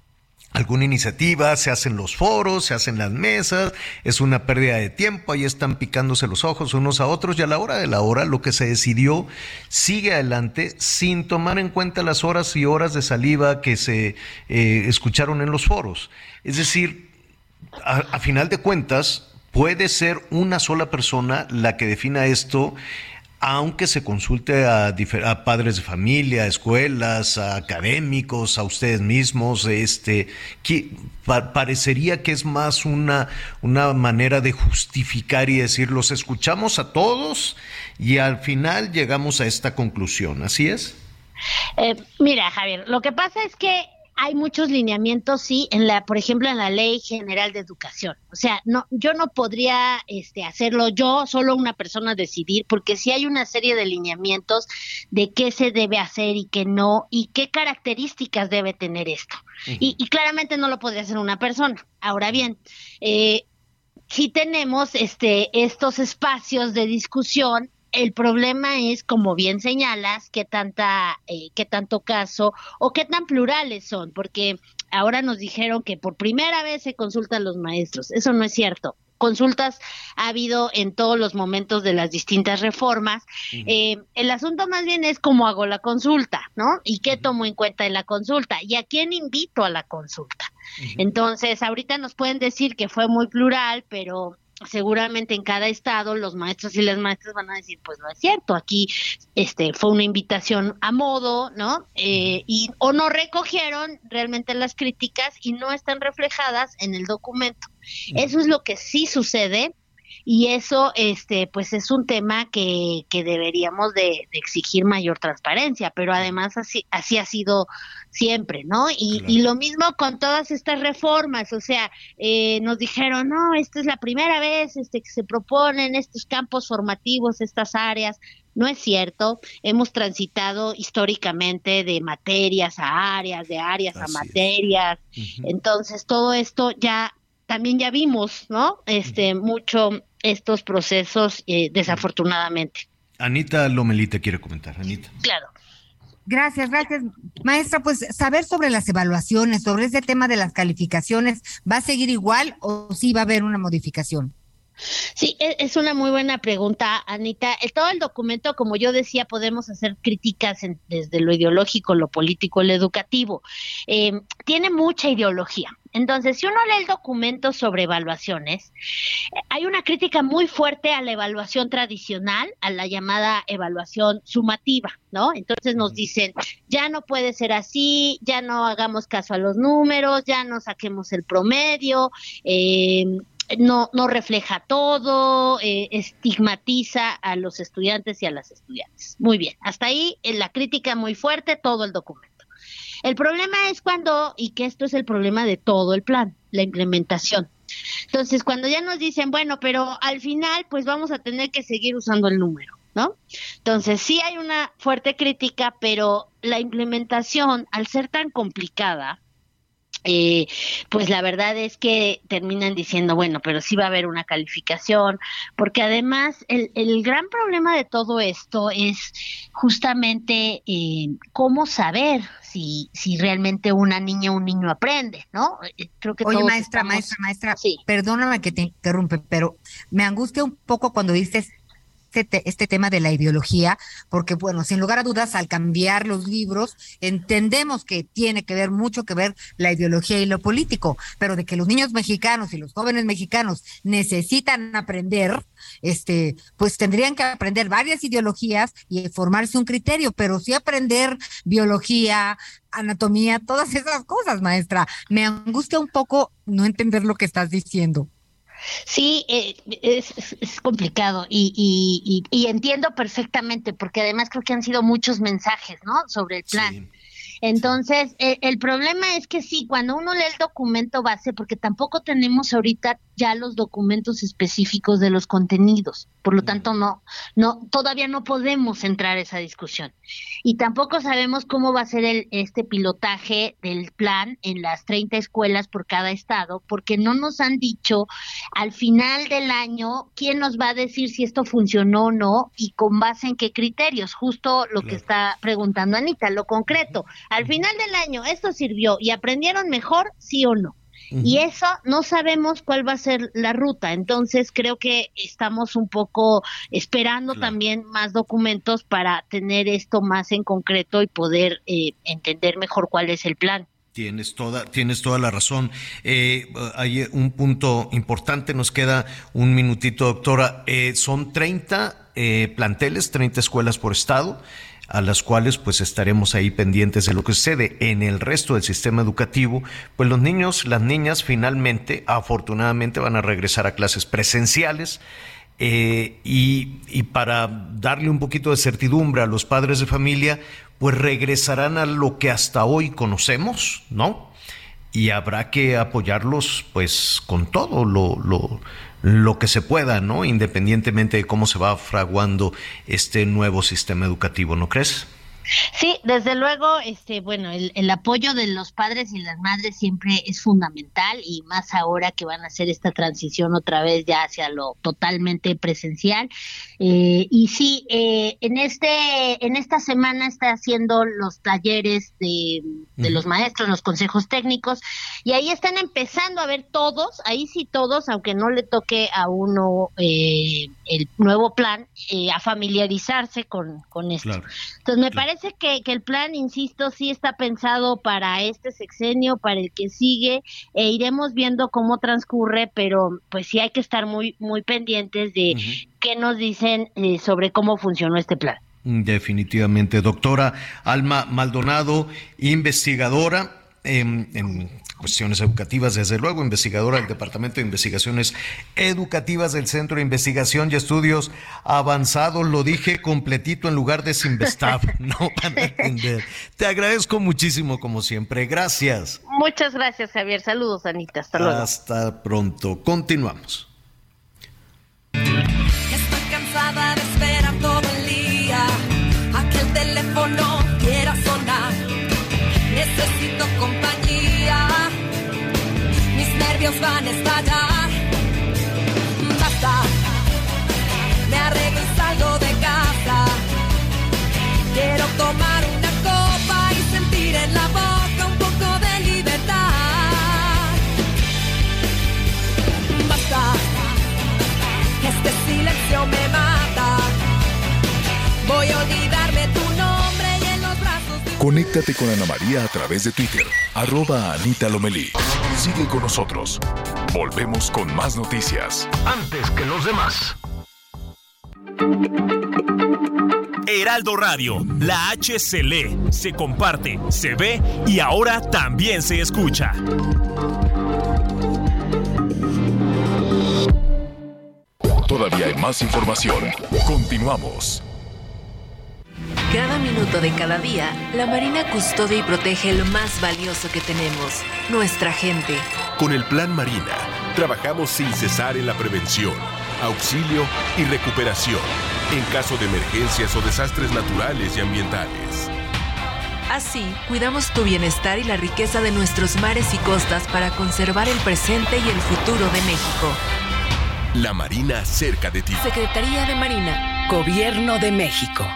alguna iniciativa, se hacen los foros, se hacen las mesas, es una pérdida de tiempo, ahí están picándose los ojos unos a otros y a la hora de la hora lo que se decidió sigue adelante sin tomar en cuenta las horas y horas de saliva que se eh, escucharon en los foros. Es decir, a, a final de cuentas puede ser una sola persona la que defina esto, aunque se consulte a, a padres de familia, a escuelas, a académicos, a ustedes mismos, este, que pa- parecería que es más una, una manera de justificar y decir, los escuchamos a todos y al final llegamos a esta conclusión, ¿así es? Eh, mira, Javier, lo que pasa es que hay muchos lineamientos, sí, en la, por ejemplo, en la Ley General de Educación. O sea, no, yo no podría este, hacerlo yo, solo una persona decidir, porque sí hay una serie de lineamientos de qué se debe hacer y qué no, y qué características debe tener esto. Uh-huh. Y, y claramente no lo podría hacer una persona. Ahora bien, eh, sí tenemos este, estos espacios de discusión. El problema es, como bien señalas, qué tanta, eh, qué tanto caso o qué tan plurales son, porque ahora nos dijeron que por primera vez se consultan los maestros. Eso no es cierto. Consultas ha habido en todos los momentos de las distintas reformas. Uh-huh. Eh, el asunto más bien es cómo hago la consulta, ¿no? Y qué uh-huh. tomo en cuenta en la consulta y a quién invito a la consulta. Uh-huh. Entonces, ahorita nos pueden decir que fue muy plural, pero seguramente en cada estado los maestros y las maestras van a decir, pues no es cierto, aquí este fue una invitación a modo, ¿no? Eh, y o no recogieron realmente las críticas y no están reflejadas en el documento. Eso es lo que sí sucede y eso este pues es un tema que, que deberíamos de, de exigir mayor transparencia, pero además así, así ha sido siempre, ¿no? Y, claro. y lo mismo con todas estas reformas, o sea, eh, nos dijeron, no, esta es la primera vez este, que se proponen estos campos formativos, estas áreas. No es cierto, hemos transitado históricamente de materias a áreas, de áreas así a materias, uh-huh. Entonces todo esto ya, también ya vimos, ¿no? Este, uh-huh. mucho estos procesos, eh, desafortunadamente. Anita Lomelí te quiere comentar, Anita. Claro. Gracias, gracias. Maestra, pues saber sobre las evaluaciones, sobre ese tema de las calificaciones, ¿va a seguir igual o sí va a haber una modificación? Sí, es una muy buena pregunta, Anita. Todo el documento, como yo decía, podemos hacer críticas en, desde lo ideológico, lo político, lo educativo. Eh, tiene mucha ideología. Entonces, si uno lee el documento sobre evaluaciones, hay una crítica muy fuerte a la evaluación tradicional, a la llamada evaluación sumativa, ¿no? Entonces nos dicen, ya no puede ser así, ya no hagamos caso a los números, ya no saquemos el promedio, eh, no, no refleja todo, eh, estigmatiza a los estudiantes y a las estudiantes. Muy bien, hasta ahí eh, la crítica muy fuerte, todo el documento. El problema es cuando, y que esto es el problema de todo el plan, la implementación. Entonces, cuando ya nos dicen, bueno, pero al final, pues vamos a tener que seguir usando el número, ¿no? Entonces, sí hay una fuerte crítica, pero la implementación, al ser tan complicada, Eh, pues la verdad es que terminan diciendo, bueno, pero sí va a haber una calificación, porque además el, el gran problema de todo esto es justamente eh, cómo saber si, si realmente una niña o un niño aprende, ¿no? Creo que Oye, todos maestra, estamos... maestra, maestra, sí. Perdóname que te interrumpe, pero me angustia un poco cuando dices Este, este tema de la ideología, porque bueno, sin lugar a dudas, al cambiar los libros, entendemos que tiene que ver mucho que ver la ideología y lo político, pero de que los niños mexicanos y los jóvenes mexicanos necesitan aprender, este, pues tendrían que aprender varias ideologías y formarse un criterio, pero sí aprender biología, anatomía, todas esas cosas, maestra. Me angustia un poco no entender lo que estás diciendo. Sí, eh, es, es complicado y, y, y, y entiendo perfectamente, porque además creo que han sido muchos mensajes, ¿no?, sobre el plan. Sí. Entonces, sí. eh, el problema es que sí, cuando uno lee el documento base, porque tampoco tenemos ahorita ya los documentos específicos de los contenidos, por lo tanto no, no, todavía no podemos entrar a esa discusión. Y tampoco sabemos cómo va a ser el, este pilotaje del plan en las treinta escuelas por cada estado, porque no nos han dicho al final del año quién nos va a decir si esto funcionó o no y con base en qué criterios, justo lo claro. que está preguntando Anita, lo concreto. Al final del año, ¿esto sirvió y aprendieron mejor, sí o no? Uh-huh. Y eso no sabemos cuál va a ser la ruta, entonces creo que estamos un poco esperando claro. también más documentos para tener esto más en concreto y poder eh, entender mejor cuál es el plan. Tienes toda, tienes toda la razón. Eh, hay un punto importante, nos queda un minutito, doctora. Eh, son treinta eh, planteles, treinta escuelas por estado, a las cuales pues estaremos ahí pendientes de lo que sucede. En el resto del sistema educativo, pues los niños, las niñas finalmente, afortunadamente, van a regresar a clases presenciales. Eh, y, y para darle un poquito de certidumbre a los padres de familia, pues regresarán a lo que hasta hoy conocemos, ¿no? Y habrá que apoyarlos pues con todo lo, lo, lo que se pueda, ¿no? Independientemente de cómo se va fraguando este nuevo sistema educativo, ¿no crees? Sí, desde luego, este, bueno, el, el apoyo de los padres y las madres siempre es fundamental, y más ahora que van a hacer esta transición otra vez ya hacia lo totalmente presencial. Eh, y sí, eh, en este, en esta semana está haciendo los talleres de, de los maestros, los consejos técnicos, y ahí están empezando a ver todos, ahí sí todos, aunque no le toque a uno eh, el nuevo plan, eh, a familiarizarse con, con esto. Claro. Entonces me claro. parece Que, que el plan, insisto, sí está pensado para este sexenio, para el que sigue, e iremos viendo cómo transcurre, pero pues sí hay que estar muy muy pendientes de uh-huh. qué nos dicen eh, sobre cómo funcionó este plan. Definitivamente. Doctora Alma Maldonado, investigadora en, en cuestiones educativas, desde luego, investigadora del Departamento de Investigaciones Educativas del Centro de Investigación y Estudios Avanzados. Lo dije completito en lugar de Sinvestav, no van a entender. Te agradezco muchísimo, como siempre. Gracias. Muchas gracias, Javier. Saludos, Anita. Hasta luego. Hasta pronto. Continuamos. Estoy cansada de esperar todo el día a que el teléfono quiera sonar. Necesito compañía, mis nervios van a estallar. Basta, me arreglo y salgo de casa. Quiero tomar una copa y sentir en la boca un poco de libertad. Basta, este silencio me mata. Voy a olvidarme tu nombre y en los brazos de... Conéctate con Ana María a través de Twitter, arroba Anita Lomelí. Sigue con nosotros. Volvemos con más noticias. Antes que los demás. Heraldo Radio, la H se lee, se comparte, se ve y ahora también se escucha. Todavía hay más información. Continuamos. Cada minuto de cada día, la Marina custodia y protege lo más valioso que tenemos, nuestra gente. Con el Plan Marina, trabajamos sin cesar en la prevención, auxilio y recuperación, en caso de emergencias o desastres naturales y ambientales. Así, cuidamos tu bienestar y la riqueza de nuestros mares y costas para conservar el presente y el futuro de México. La Marina cerca de ti. Secretaría de Marina, Gobierno de México.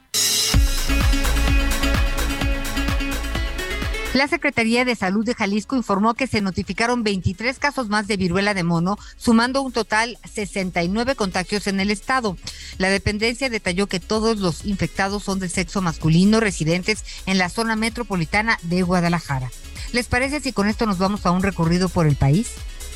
La Secretaría de Salud de Jalisco informó que se notificaron veintitrés casos más de viruela de mono, sumando un total sesenta y nueve contagios en el estado. La dependencia detalló que todos los infectados son de sexo masculino, residentes en la zona metropolitana de Guadalajara. ¿Les parece si con esto nos vamos a un recorrido por el país?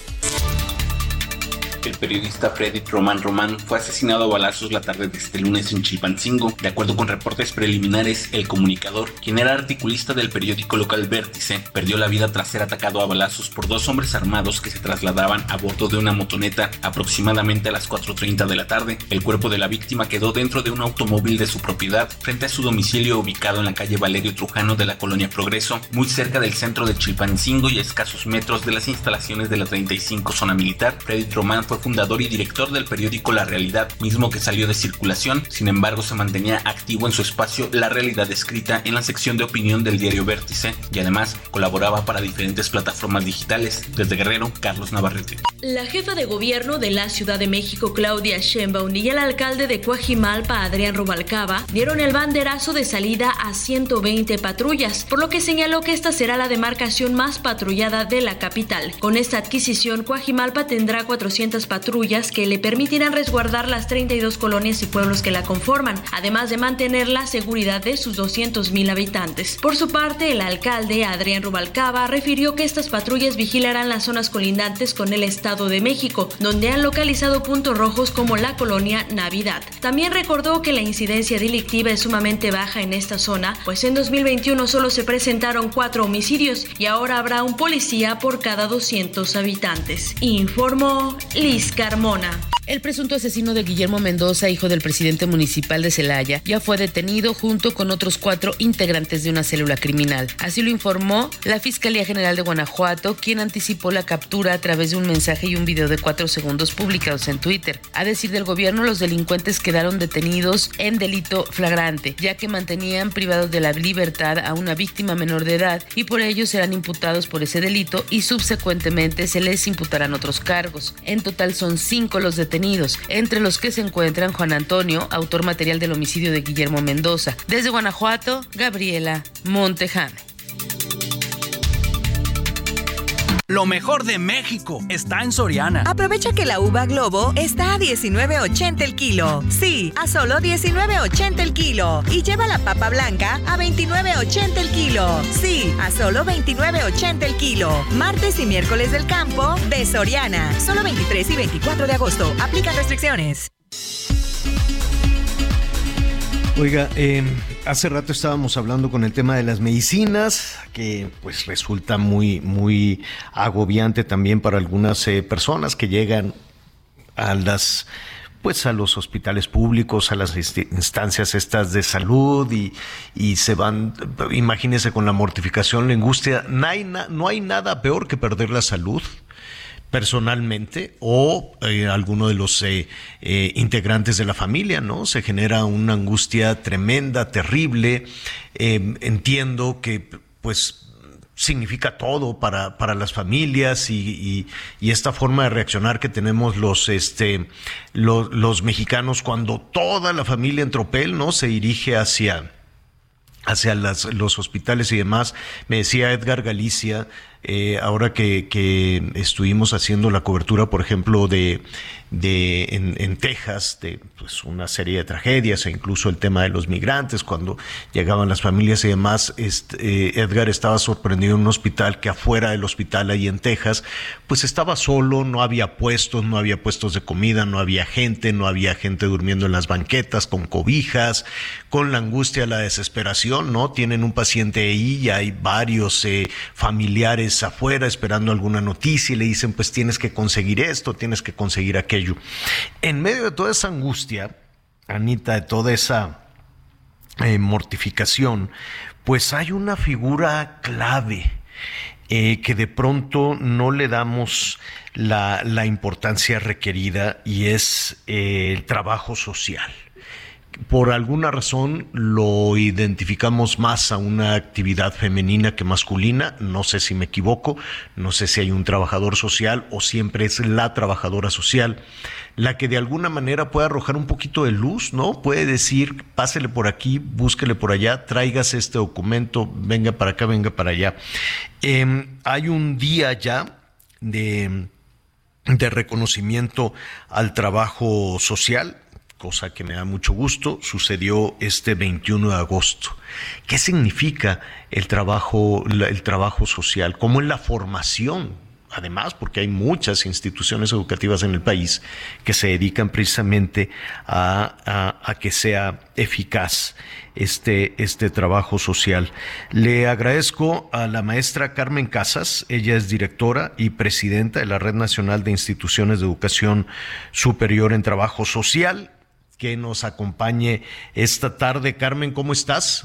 El periodista Freddy Román Román fue asesinado a balazos la tarde de este lunes en Chilpancingo. De acuerdo con reportes preliminares, el comunicador, quien era articulista del periódico local Vértice, perdió la vida tras ser atacado a balazos por dos hombres armados que se trasladaban a bordo de una motoneta aproximadamente a las cuatro treinta de la tarde. El cuerpo de la víctima quedó dentro de un automóvil de su propiedad frente a su domicilio ubicado en la calle Valerio Trujano de la colonia Progreso, muy cerca del centro de Chilpancingo y a escasos metros de las instalaciones de la treinta y cinco zona militar. Freddy Román fue fue fundador y director del periódico La Realidad, mismo que salió de circulación. Sin embargo, se mantenía activo en su espacio La Realidad Escrita en la sección de opinión del diario Vértice y además colaboraba para diferentes plataformas digitales. Desde Guerrero, Carlos Navarrete. La jefa de gobierno de la Ciudad de México, Claudia Sheinbaum, y el alcalde de Coajimalpa, Adrián Rubalcaba, dieron el banderazo de salida a ciento veinte patrullas, por lo que señaló que esta será la demarcación más patrullada de la capital. Con esta adquisición, Coajimalpa tendrá cuatrocientas patrullas que le permitirán resguardar las treinta y dos colonias y pueblos que la conforman, además de mantener la seguridad de sus doscientos mil habitantes. Por su parte, el alcalde, Adrián Rubalcaba, refirió que estas patrullas vigilarán las zonas colindantes con el Estado de México, donde han localizado puntos rojos como la colonia Navidad. También recordó que la incidencia delictiva es sumamente baja en esta zona, pues en dos mil veintiuno solo se presentaron cuatro homicidios y ahora habrá un policía por cada doscientos habitantes. Informó Liz Carmona. El presunto asesino de Guillermo Mendoza, hijo del presidente municipal de Celaya, ya fue detenido junto con otros cuatro integrantes de una célula criminal. Así lo informó la Fiscalía General de Guanajuato, quien anticipó la captura a través de un mensaje y un video de cuatro segundos publicados en Twitter. A decir del gobierno, los delincuentes quedaron detenidos en delito flagrante, ya que mantenían privados de la libertad a una víctima menor de edad y por ello serán imputados por ese delito y subsecuentemente se les imputarán otros cargos. En total son cinco los detenidos, entre los que se encuentran Juan Antonio, autor material del homicidio de Guillermo Mendoza. Desde Guanajuato, Gabriela Montejano. Lo mejor de México está en Soriana. Aprovecha que la uva Globo está a diecinueve ochenta el kilo. Sí, a solo diecinueve ochenta el kilo. Y lleva la papa blanca a veintinueve ochenta el kilo. Sí, a solo veintinueve ochenta el kilo. Martes y miércoles del campo de Soriana. Solo veintitrés y veinticuatro de agosto. Aplican restricciones. Oiga, eh, hace rato estábamos hablando con el tema de las medicinas, que pues resulta muy, muy agobiante también para algunas eh, personas que llegan a las, pues a los hospitales públicos, a las instancias estas de salud y, y se van, imagínense con la mortificación, la angustia. No hay, na, no hay nada peor que perder la salud personalmente o eh, alguno de los eh, eh, integrantes de la familia, ¿no? Se genera una angustia tremenda, terrible. Eh, entiendo que, pues, significa todo para, para las familias y, y, y esta forma de reaccionar que tenemos los, este, los, los mexicanos cuando toda la familia en tropel, ¿no? Se dirige hacia, hacia las, los hospitales y demás. Me decía Edgar Galicia, Eh, ahora que, que estuvimos haciendo la cobertura, por ejemplo, de, de en, en Texas, de pues, una serie de tragedias e incluso el tema de los migrantes, cuando llegaban las familias y demás, este, eh, Edgar estaba sorprendido en un hospital que afuera del hospital ahí en Texas, pues estaba solo, no había puestos, no había puestos de comida, no había gente, no había gente durmiendo en las banquetas con cobijas, con la angustia, la desesperación, ¿no? Tienen un paciente ahí y hay varios eh, familiares afuera esperando alguna noticia y le dicen, pues tienes que conseguir esto, tienes que conseguir aquello. En medio de toda esa angustia, Anita, de toda esa eh, mortificación, pues hay una figura clave eh, que de pronto no le damos la, la importancia requerida y es eh, el trabajo social. Por alguna razón lo identificamos más a una actividad femenina que masculina, no sé si me equivoco, no sé si hay un trabajador social o siempre es la trabajadora social la que de alguna manera puede arrojar un poquito de luz, ¿no? Puede decir, pásele por aquí, búsquele por allá, tráigase este documento, venga para acá, venga para allá. Eh, hay un día ya de, de reconocimiento al trabajo social, cosa que me da mucho gusto, sucedió este veintiuno de agosto. ¿Qué significa el trabajo, el trabajo social? ¿Cómo es la formación? Además, porque hay muchas instituciones educativas en el país que se dedican precisamente a, a, a que sea eficaz este, este trabajo social. Le agradezco a la maestra Carmen Casas, ella es directora y presidenta de la Red Nacional de Instituciones de Educación Superior en Trabajo Social, que nos acompañe esta tarde. Carmen, ¿cómo estás?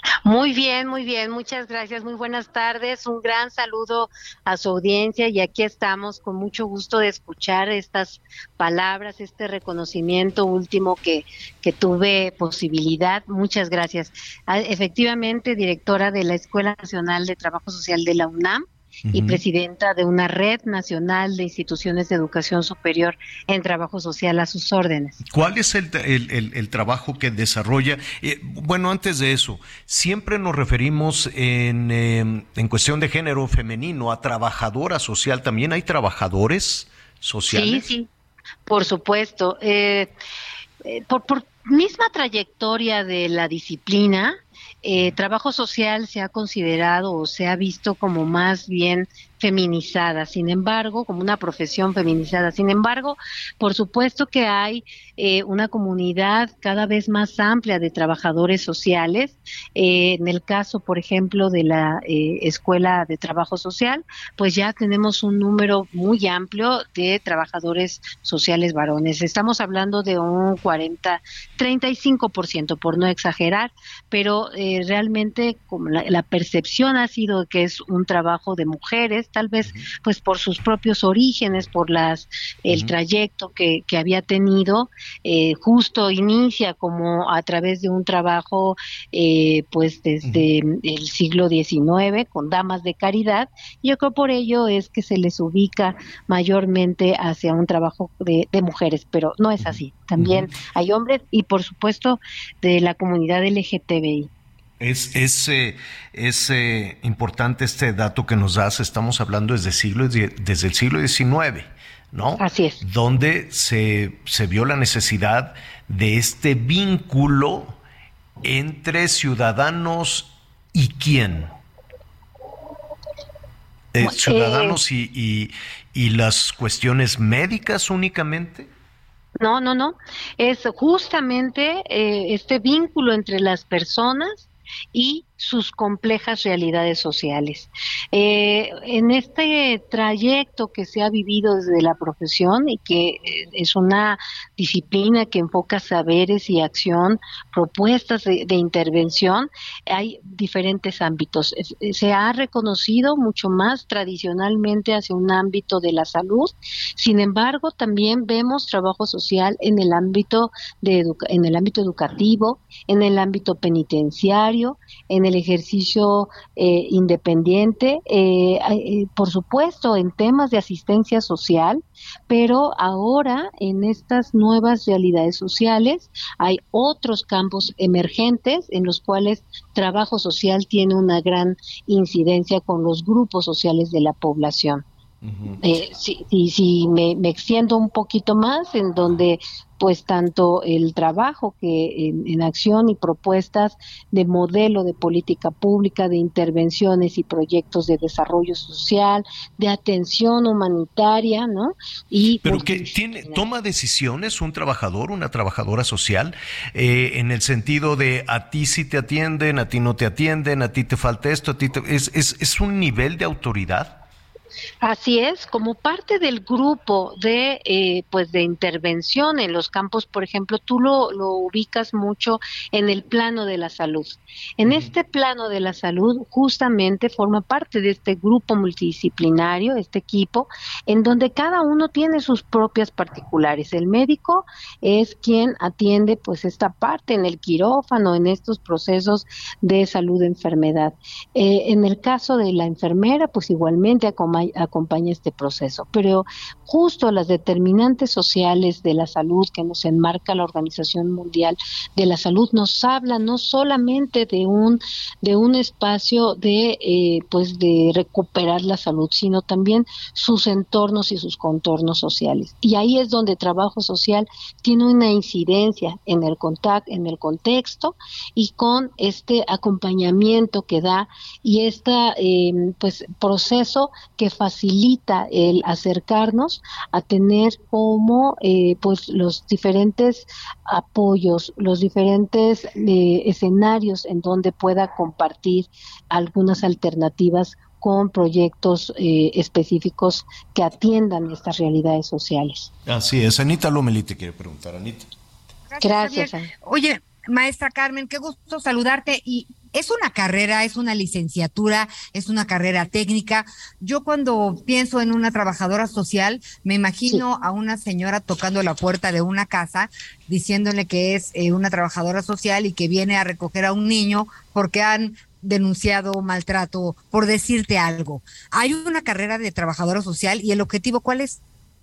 Muy bien, muy bien, muchas gracias, muy buenas tardes, un gran saludo a su audiencia y aquí estamos con mucho gusto de escuchar estas palabras, este reconocimiento último que, que tuve posibilidad, muchas gracias. Efectivamente, directora de la Escuela Nacional de Trabajo Social de la UNAM, y uh-huh. presidenta de una red nacional de instituciones de educación superior en trabajo social, a sus órdenes. ¿Cuál es el, el, el, el trabajo que desarrolla? Eh, bueno, antes de eso, siempre nos referimos en, eh, en cuestión de género femenino a trabajadora social. ¿También hay trabajadores sociales? Sí, sí, por supuesto. Eh, eh, por, por misma trayectoria de la disciplina, Eh, trabajo social se ha considerado o se ha visto como más bien feminizada, sin embargo, como una profesión feminizada. Sin embargo, por supuesto que hay eh, una comunidad cada vez más amplia de trabajadores sociales. Eh, en el caso, por ejemplo, de la eh, Escuela de Trabajo Social, pues ya tenemos un número muy amplio de trabajadores sociales varones. Estamos hablando de un cuarenta, treinta y cinco por ciento, por no exagerar, pero eh, realmente como la, la percepción ha sido que es un trabajo de mujeres, tal vez pues por sus propios orígenes, por las el uh-huh. trayecto que, que había tenido, eh, justo inicia como a través de un trabajo eh, pues desde uh-huh. el siglo diecinueve con damas de caridad, y yo creo por ello es que se les ubica mayormente hacia un trabajo de, de mujeres, pero no es así, también uh-huh. hay hombres y por supuesto de la comunidad L G T B I. Es, es, eh, es eh, importante este dato que nos das. Estamos hablando desde, siglo, desde el siglo diecinueve, ¿no? Así es. Donde se, se vio la necesidad de este vínculo entre ciudadanos y quién. Eh, ¿Ciudadanos eh, y, y, y las cuestiones médicas únicamente? No, no, no. Es justamente eh, este vínculo entre las personas y sus complejas realidades sociales. Eh, en este trayecto que se ha vivido desde la profesión y que es una disciplina que enfoca saberes y acción, propuestas de, de intervención, hay diferentes ámbitos. Se ha reconocido mucho más tradicionalmente hacia un ámbito de la salud, sin embargo también vemos trabajo social en el ámbito de educa- en el ámbito educativo, en el ámbito penitenciario, en el ejercicio eh, independiente, eh, eh, por supuesto en temas de asistencia social, pero ahora en estas nuevas realidades sociales hay otros campos emergentes en los cuales trabajo social tiene una gran incidencia con los grupos sociales de la población. Uh-huh. Eh, si, si, si me, me extiendo un poquito más, en donde pues tanto el trabajo que en, en acción y propuestas de modelo de política pública, de intervenciones y proyectos de desarrollo social, de atención humanitaria, ¿no? Y pero que tiene toma decisiones un trabajador, una trabajadora social, eh, en el sentido de a ti sí te atienden, a ti no te atienden, a ti te falta esto, a ti te, es, es, es un nivel de autoridad. Así es, como parte del grupo de eh, pues de intervención en los campos, por ejemplo, tú lo, lo ubicas mucho en el plano de la salud. En uh-huh. este plano de la salud justamente forma parte de este grupo multidisciplinario, este equipo, en donde cada uno tiene sus propias particulares. El médico es quien atiende pues esta parte en el quirófano, en estos procesos de salud de enfermedad. Eh, en el caso de la enfermera, pues igualmente acompaña acompaña este proceso, pero justo las determinantes sociales de la salud que nos enmarca la Organización Mundial de la Salud nos habla no solamente de un de un espacio de eh, pues de recuperar la salud, sino también sus entornos y sus contornos sociales. Y ahí es donde trabajo social tiene una incidencia en el contacto, en el contexto y con este acompañamiento que da y este eh, pues proceso que facilita el acercarnos a tener como eh, pues los diferentes apoyos, los diferentes eh, escenarios en donde pueda compartir algunas alternativas con proyectos eh, específicos que atiendan estas realidades sociales. Así es. Anita Lomelí te quiere preguntar, Anita. Gracias. Gracias. Oye, maestra Carmen, qué gusto saludarte. Y es una carrera, es una licenciatura, es una carrera técnica. Yo cuando pienso en una trabajadora social, me imagino sí. a una señora tocando la puerta de una casa, diciéndole que es eh, una trabajadora social y que viene a recoger a un niño porque han denunciado maltrato, por decirte algo. Hay una carrera de trabajadora social y el objetivo, ¿cuál es?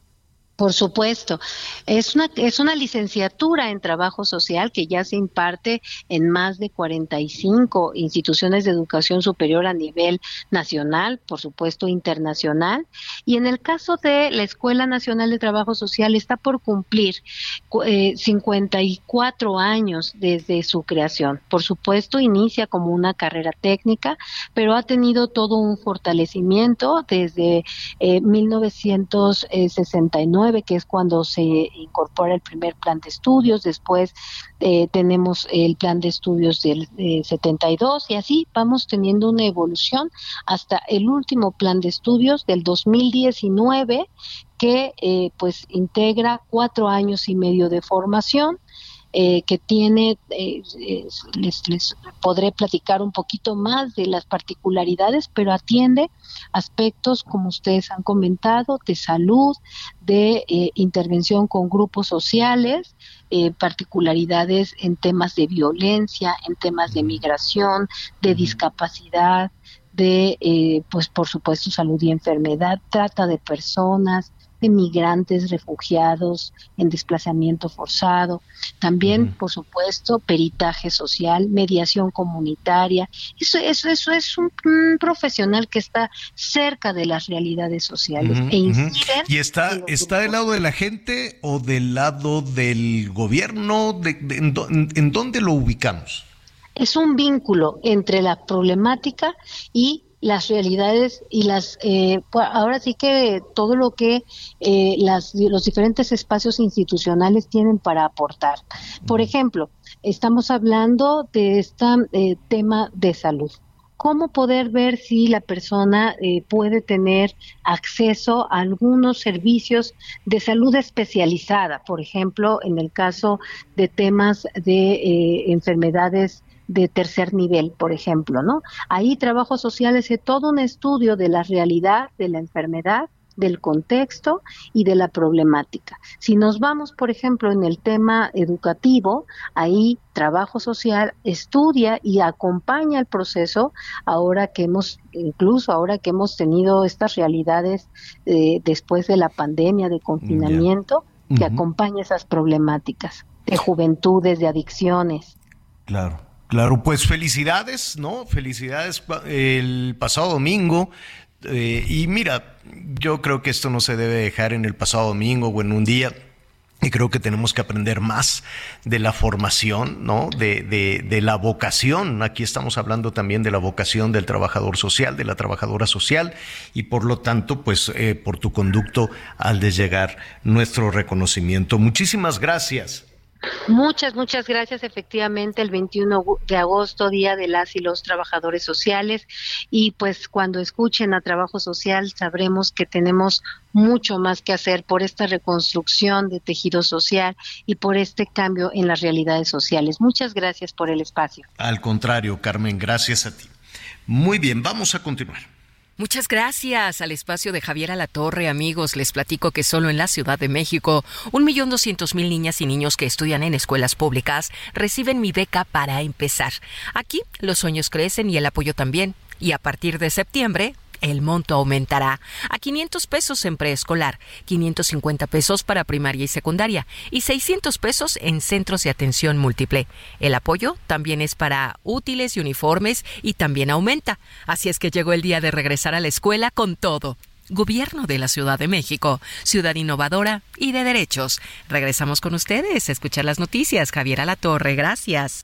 Por supuesto, es una es una licenciatura en trabajo social que ya se imparte en más de cuarenta y cinco instituciones de educación superior a nivel nacional, por supuesto internacional, y en el caso de la Escuela Nacional de Trabajo Social está por cumplir eh, cincuenta y cuatro años desde su creación. Por supuesto, inicia como una carrera técnica, pero ha tenido todo un fortalecimiento desde eh, mil novecientos sesenta y nueve, que es cuando se incorpora el primer plan de estudios. Después eh, tenemos el plan de estudios del eh, setenta y dos, y así vamos teniendo una evolución hasta el último plan de estudios del dos mil diecinueve, que eh, pues integra cuatro años y medio de formación. Eh, que tiene, eh, les, les podré platicar un poquito más de las particularidades, pero atiende aspectos, como ustedes han comentado, de salud, de eh, intervención con grupos sociales, eh, particularidades en temas de violencia, en temas de migración, de discapacidad, de, eh, pues por supuesto, salud y enfermedad, trata de personas, de migrantes, refugiados, en desplazamiento forzado, también, uh-huh. por supuesto, peritaje social, mediación comunitaria. Eso, eso, eso es un, un profesional que está cerca de las realidades sociales uh-huh, e incide. Uh-huh. ¿Y está, está del lado de la gente o del lado del gobierno? De, de, en, ¿En dónde lo ubicamos? Es un vínculo entre la problemática y las realidades y las eh, ahora sí que todo lo que eh, las los diferentes espacios institucionales tienen para aportar. Por ejemplo, estamos hablando de este eh, tema de salud. ¿Cómo poder ver si la persona eh, puede tener acceso a algunos servicios de salud especializada? Por ejemplo, en el caso de temas de eh, enfermedades de tercer nivel, por ejemplo, ¿no? Ahí trabajo social hace todo un estudio de la realidad de la enfermedad, del contexto y de la problemática. Si nos vamos, por ejemplo, en el tema educativo, ahí trabajo social estudia y acompaña el proceso, ahora que hemos, incluso ahora que hemos tenido estas realidades eh, después de la pandemia, de confinamiento, yeah. que uh-huh. acompaña esas problemáticas de juventudes, de adicciones. Claro. Claro, pues felicidades, ¿no? Felicidades el pasado domingo. Eh, y mira, yo creo que esto no se debe dejar en el pasado domingo o en un día. Y creo que tenemos que aprender más de la formación, ¿no? De, de, de la vocación. Aquí estamos hablando también de la vocación del trabajador social, de la trabajadora social. Y por lo tanto, pues, eh, por tu conducto al de llegar nuestro reconocimiento. Muchísimas gracias. Muchas, muchas gracias. Efectivamente, el veintiuno de agosto, Día de las y los Trabajadores Sociales, y pues cuando escuchen a Trabajo Social sabremos que tenemos mucho más que hacer por esta reconstrucción de tejido social y por este cambio en las realidades sociales. Muchas gracias por el espacio. Al contrario, Carmen, gracias a ti. Muy bien, vamos a continuar. Muchas gracias al espacio de Javier Alatorre, amigos. Les platico que solo en la Ciudad de México, un millón doscientos mil niñas y niños que estudian en escuelas públicas reciben mi beca para empezar. Aquí los sueños crecen y el apoyo también. Y a partir de septiembre, el monto aumentará a quinientos pesos en preescolar, quinientos cincuenta pesos para primaria y secundaria y seiscientos pesos en centros de atención múltiple. El apoyo también es para útiles y uniformes y también aumenta. Así es que llegó el día de regresar a la escuela con todo. Gobierno de la Ciudad de México, ciudad innovadora y de derechos. Regresamos con ustedes a escuchar las noticias. Javier Alatorre, gracias.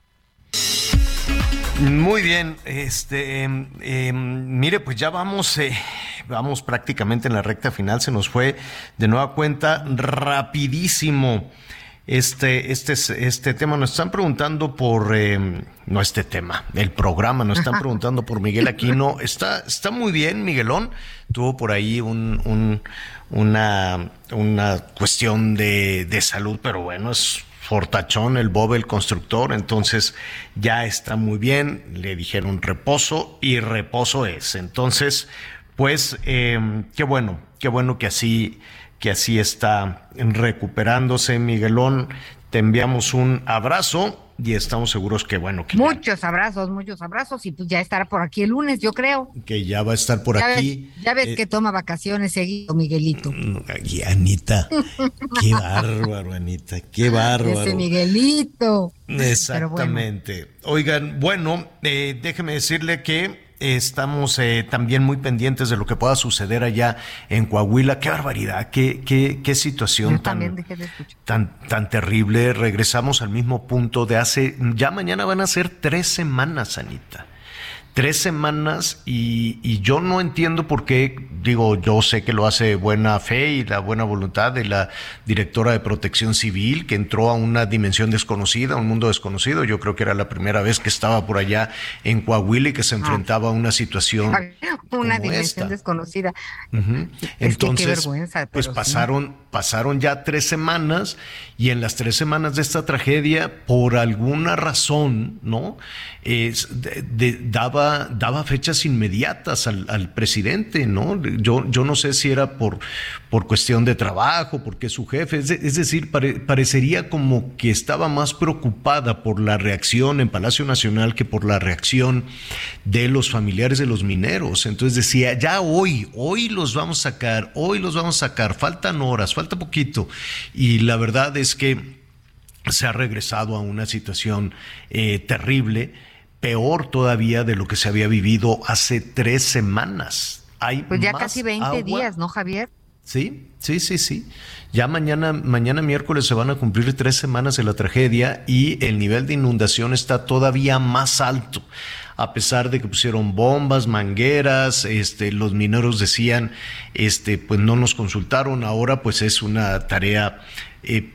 Muy bien, este, eh, eh, mire, pues ya vamos, eh, vamos prácticamente en la recta final, se nos fue de nueva cuenta rapidísimo este, este, este tema. Nos están preguntando por, eh, no este tema, el programa, nos están preguntando por Miguel Aquino. Está, está muy bien, Miguelón, tuvo por ahí un, un, una, una cuestión de, de salud, pero bueno, es fortachón, el Bob, el constructor, entonces ya está muy bien, le dijeron reposo y reposo es. Entonces, pues, eh, qué bueno, qué bueno que así, que así está recuperándose, Miguelón. Te enviamos un abrazo y estamos seguros que, bueno, que muchos ya, abrazos, muchos abrazos y pues ya estará por aquí el lunes, yo creo. Que ya va a estar por ya aquí. Ves, ya ves eh, que toma vacaciones seguido, Miguelito. Y Anita, qué bárbaro, Anita, qué bárbaro. Ese Miguelito. Exactamente. Bueno. Oigan, bueno, eh, déjeme decirle que estamos eh, también muy pendientes de lo que pueda suceder allá en Coahuila. Qué barbaridad, qué, qué, qué situación tan, tan, tan terrible. Regresamos al mismo punto de hace, ya mañana van a ser tres semanas, Anita. Tres semanas y, y yo no entiendo por qué, digo, yo sé que lo hace buena fe y la buena voluntad de la directora de Protección Civil, que entró a una dimensión desconocida, a un mundo desconocido. Yo creo que era la primera vez que estaba por allá en Coahuila y que se enfrentaba a una situación una dimensión esta. desconocida. Uh-huh. Es Entonces, que qué vergüenza, pero pues pasaron, sí. pasaron ya tres semanas y en las tres semanas de esta tragedia, por alguna razón, ¿no? Es, de, de, daba daba fechas inmediatas al, al presidente, ¿no? Yo, yo no sé si era por, por cuestión de trabajo, porque es su jefe, es, de, es decir, pare, parecería como que estaba más preocupada por la reacción en Palacio Nacional que por la reacción de los familiares de los mineros. Entonces decía, ya hoy, hoy los vamos a sacar, hoy los vamos a sacar, faltan horas, falta poquito. Y la verdad es que se ha regresado a una situación eh, terrible, peor todavía de lo que se había vivido hace tres semanas. Hay pues ya más casi veinte agua. días, ¿no, Javier? Sí, sí, sí, sí. Ya mañana, mañana miércoles se van a cumplir tres semanas de la tragedia y el nivel de inundación está todavía más alto. A pesar de que pusieron bombas, mangueras, este, los mineros decían, este, pues no nos consultaron. Ahora, pues es una tarea eh,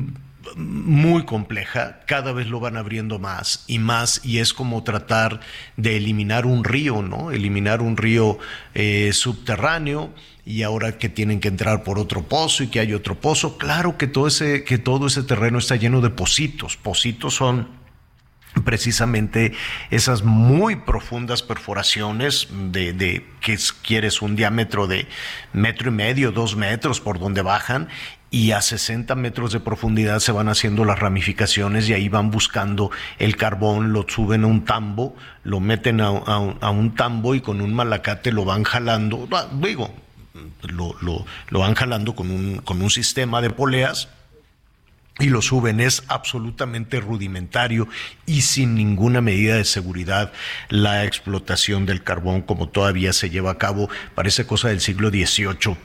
muy compleja, cada vez lo van abriendo más y más y es como tratar de eliminar un río, ¿no? Eliminar un río eh, subterráneo y ahora que tienen que entrar por otro pozo y que hay otro pozo, claro que todo ese, que todo ese terreno está lleno de pocitos, pocitos son precisamente esas muy profundas perforaciones de, de que quieres un diámetro de metro y medio, dos metros por donde bajan y a sesenta metros de profundidad se van haciendo las ramificaciones y ahí van buscando el carbón, lo suben a un tambo, lo meten a, a, a un tambo y con un malacate lo van jalando, digo, lo, lo, lo van jalando con un, con un sistema de poleas y lo suben. Es absolutamente rudimentario y sin ninguna medida de seguridad la explotación del carbón como todavía se lleva a cabo, parece cosa del siglo dieciocho.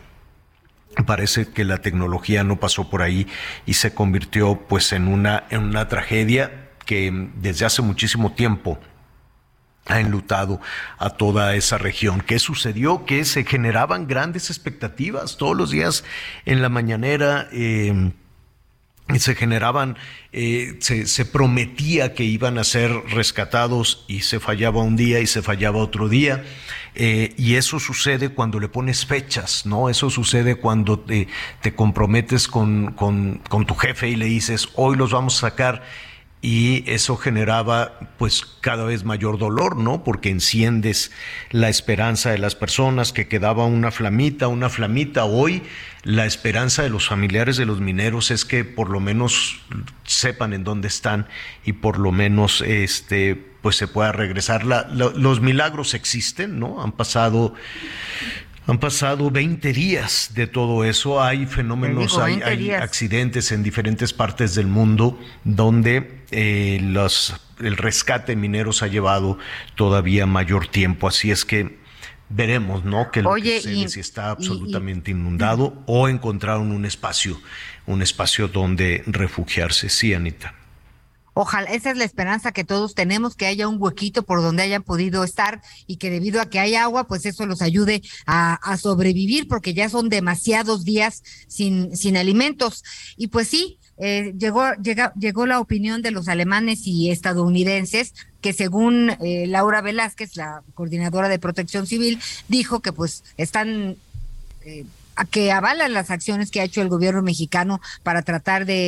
Parece que la tecnología no pasó por ahí y se convirtió pues en una, en una tragedia que desde hace muchísimo tiempo ha enlutado a toda esa región. ¿Qué sucedió? Que se generaban grandes expectativas todos los días en la mañanera. Eh, se generaban, eh, se, se prometía que iban a ser rescatados y se fallaba un día y se fallaba otro día. Eh, y eso sucede cuando le pones fechas, ¿no? Eso sucede cuando te, te comprometes con, con, con tu jefe y le dices, hoy los vamos a sacar. Y eso generaba pues cada vez mayor dolor, ¿no? Porque enciendes la esperanza de las personas, que quedaba una flamita, una flamita. Hoy la esperanza de los familiares de los mineros es que por lo menos sepan en dónde están y por lo menos este pues se pueda regresar. La, la, los milagros existen, ¿no? Han pasado... Han pasado veinte días de todo eso, hay fenómenos, digo, hay, hay accidentes en diferentes partes del mundo donde eh, los, el rescate de mineros ha llevado todavía mayor tiempo, así es que veremos, ¿no? Que lo Oye, que sucede, y, si está absolutamente y, inundado y, o encontraron un espacio, un espacio donde refugiarse. Sí, Anita. Ojalá, esa es la esperanza que todos tenemos, que haya un huequito por donde hayan podido estar y que debido a que hay agua, pues eso los ayude a, a sobrevivir, porque ya son demasiados días sin, sin alimentos. Y pues sí, eh, llegó, llega, llegó la opinión de los alemanes y estadounidenses, que según eh, Laura Velázquez, la coordinadora de Protección Civil, dijo que pues están... Eh, a que avalan las acciones que ha hecho el gobierno mexicano para tratar de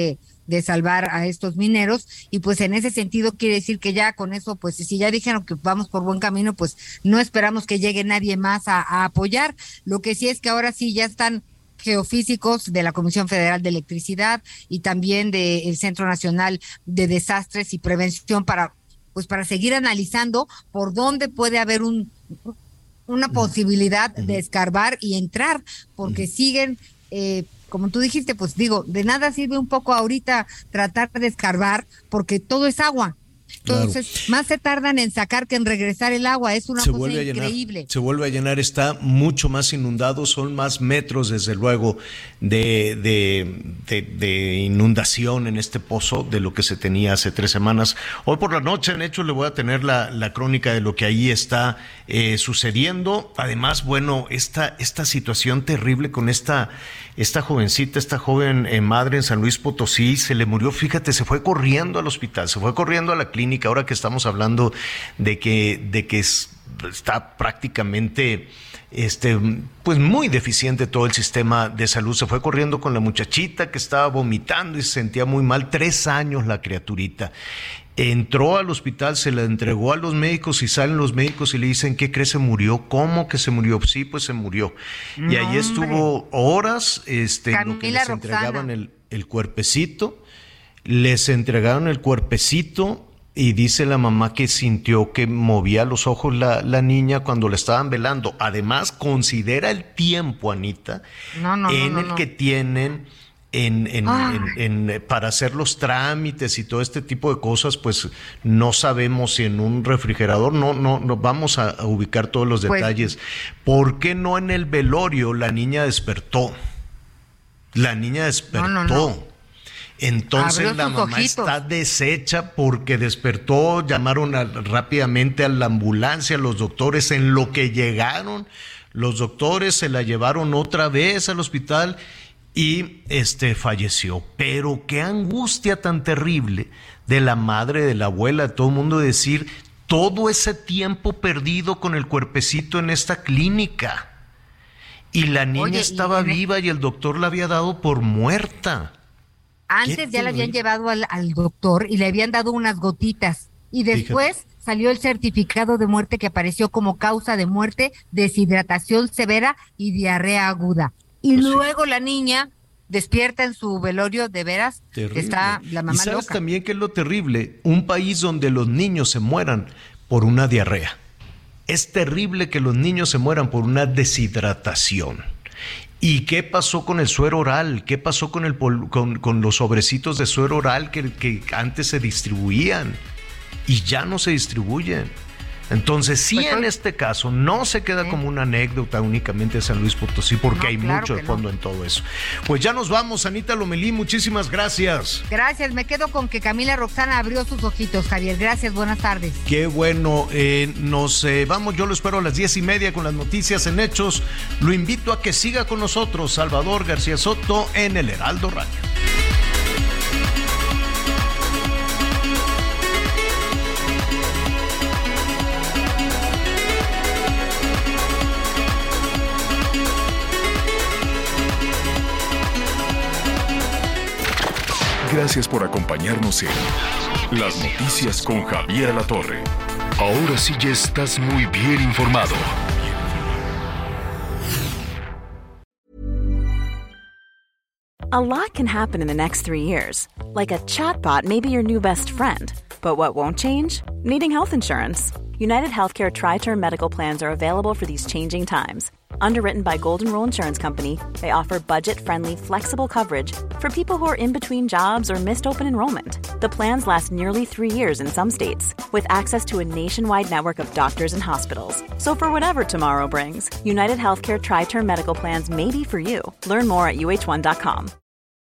de salvar a estos mineros, y pues en ese sentido quiere decir que ya con eso, pues si ya dijeron que vamos por buen camino, pues no esperamos que llegue nadie más a, a apoyar. Lo que sí es que ahora sí ya están geofísicos de la Comisión Federal de Electricidad y también del Centro Nacional de Desastres y Prevención para, pues para seguir analizando por dónde puede haber un una posibilidad uh-huh. de escarbar y entrar, porque uh-huh. siguen eh, como tú dijiste, pues digo, de nada sirve un poco ahorita tratar de escarbar porque todo es agua. Entonces, claro, más se tardan en sacar que en regresar el agua, es una se cosa vuelve increíble. A llenar, se vuelve a llenar, está mucho más inundado, son más metros, desde luego, de, de, de, de inundación en este pozo de lo que se tenía hace tres semanas. Hoy por la noche, en hecho, le voy a tener la, la crónica de lo que ahí está eh, sucediendo. Además, bueno, esta, esta situación terrible con esta, esta jovencita, esta joven eh, madre en San Luis Potosí, se le murió, fíjate, se fue corriendo al hospital, se fue corriendo a la clínica. Ahora que estamos hablando de que, de que es, está prácticamente este, pues muy deficiente todo el sistema de salud, se fue corriendo con la muchachita que estaba vomitando y se sentía muy mal, tres años la criaturita. Entró al hospital, se la entregó a los médicos y salen los médicos y le dicen, ¿qué crees? Se murió. ¿Cómo que se murió? Sí, pues se murió. No, y ahí estuvo horas, este, en lo que les entregaban el, el cuerpecito, les entregaron el cuerpecito. Y dice la mamá que sintió que movía los ojos la, la niña cuando la estaban velando. Además, considera el tiempo, Anita, no, no, en no, no, el no. que tienen en, en, en, en, para hacer los trámites y todo este tipo de cosas, pues no sabemos si en un refrigerador, no, no, no vamos a, a ubicar todos los pues, detalles. ¿Por qué no en el velorio la niña despertó? La niña despertó. No, no, no. Entonces la mamá ojitos. Está deshecha porque despertó, llamaron a, rápidamente a la ambulancia, los doctores, en lo que llegaron, los doctores se la llevaron otra vez al hospital y este falleció. Pero qué angustia tan terrible de la madre, de la abuela, de todo el mundo decir todo ese tiempo perdido con el cuerpecito en esta clínica. Y la niña Oye, estaba y... viva y el doctor la había dado por muerta. Antes ya la habían llevado al, al doctor y le habían dado unas gotitas. Y después Fíjate. salió el certificado de muerte que apareció como causa de muerte, deshidratación severa y diarrea aguda. Y pues luego sí. la niña despierta en su velorio, de veras, terrible. Está la mamá loca. ¿Y sabes loca. también qué es lo terrible? Un país donde los niños se mueran por una diarrea. Es terrible que los niños se mueran por una deshidratación. ¿Y qué pasó con el suero oral? ¿Qué pasó con, el, con, con los sobrecitos de suero oral que, que antes se distribuían y ya no se distribuyen? Entonces, sí, pues, en este caso, no se queda ¿eh? como una anécdota únicamente de San Luis Potosí, porque no, hay claro mucho de fondo no. en todo eso. Pues ya nos vamos, Anita Lomelí, muchísimas gracias. Gracias, me quedo con que Camila Roxana abrió sus ojitos, Javier. Gracias, buenas tardes. Qué bueno, eh, nos eh, vamos, yo lo espero a las diez y media con las noticias en Hechos. Lo invito a que siga con nosotros, Salvador García Soto, en el Heraldo Radio. Gracias por acompañarnos en Las Noticias con Javier Alatorre. Ahora sí ya estás muy bien informado. A lot can happen in the next three years. Like a chatbot may be your new best friend. But what won't change? Needing health insurance. United Healthcare Tri-Term Medical Plans are available for these changing times. Underwritten by Golden Rule Insurance Company, they offer budget-friendly, flexible coverage for people who are in between jobs or missed open enrollment. The plans last nearly three years in some states, with access to a nationwide network of doctors and hospitals. So for whatever tomorrow brings, United Healthcare Tri-Term Medical Plans may be for you. Learn more at U H one dot com.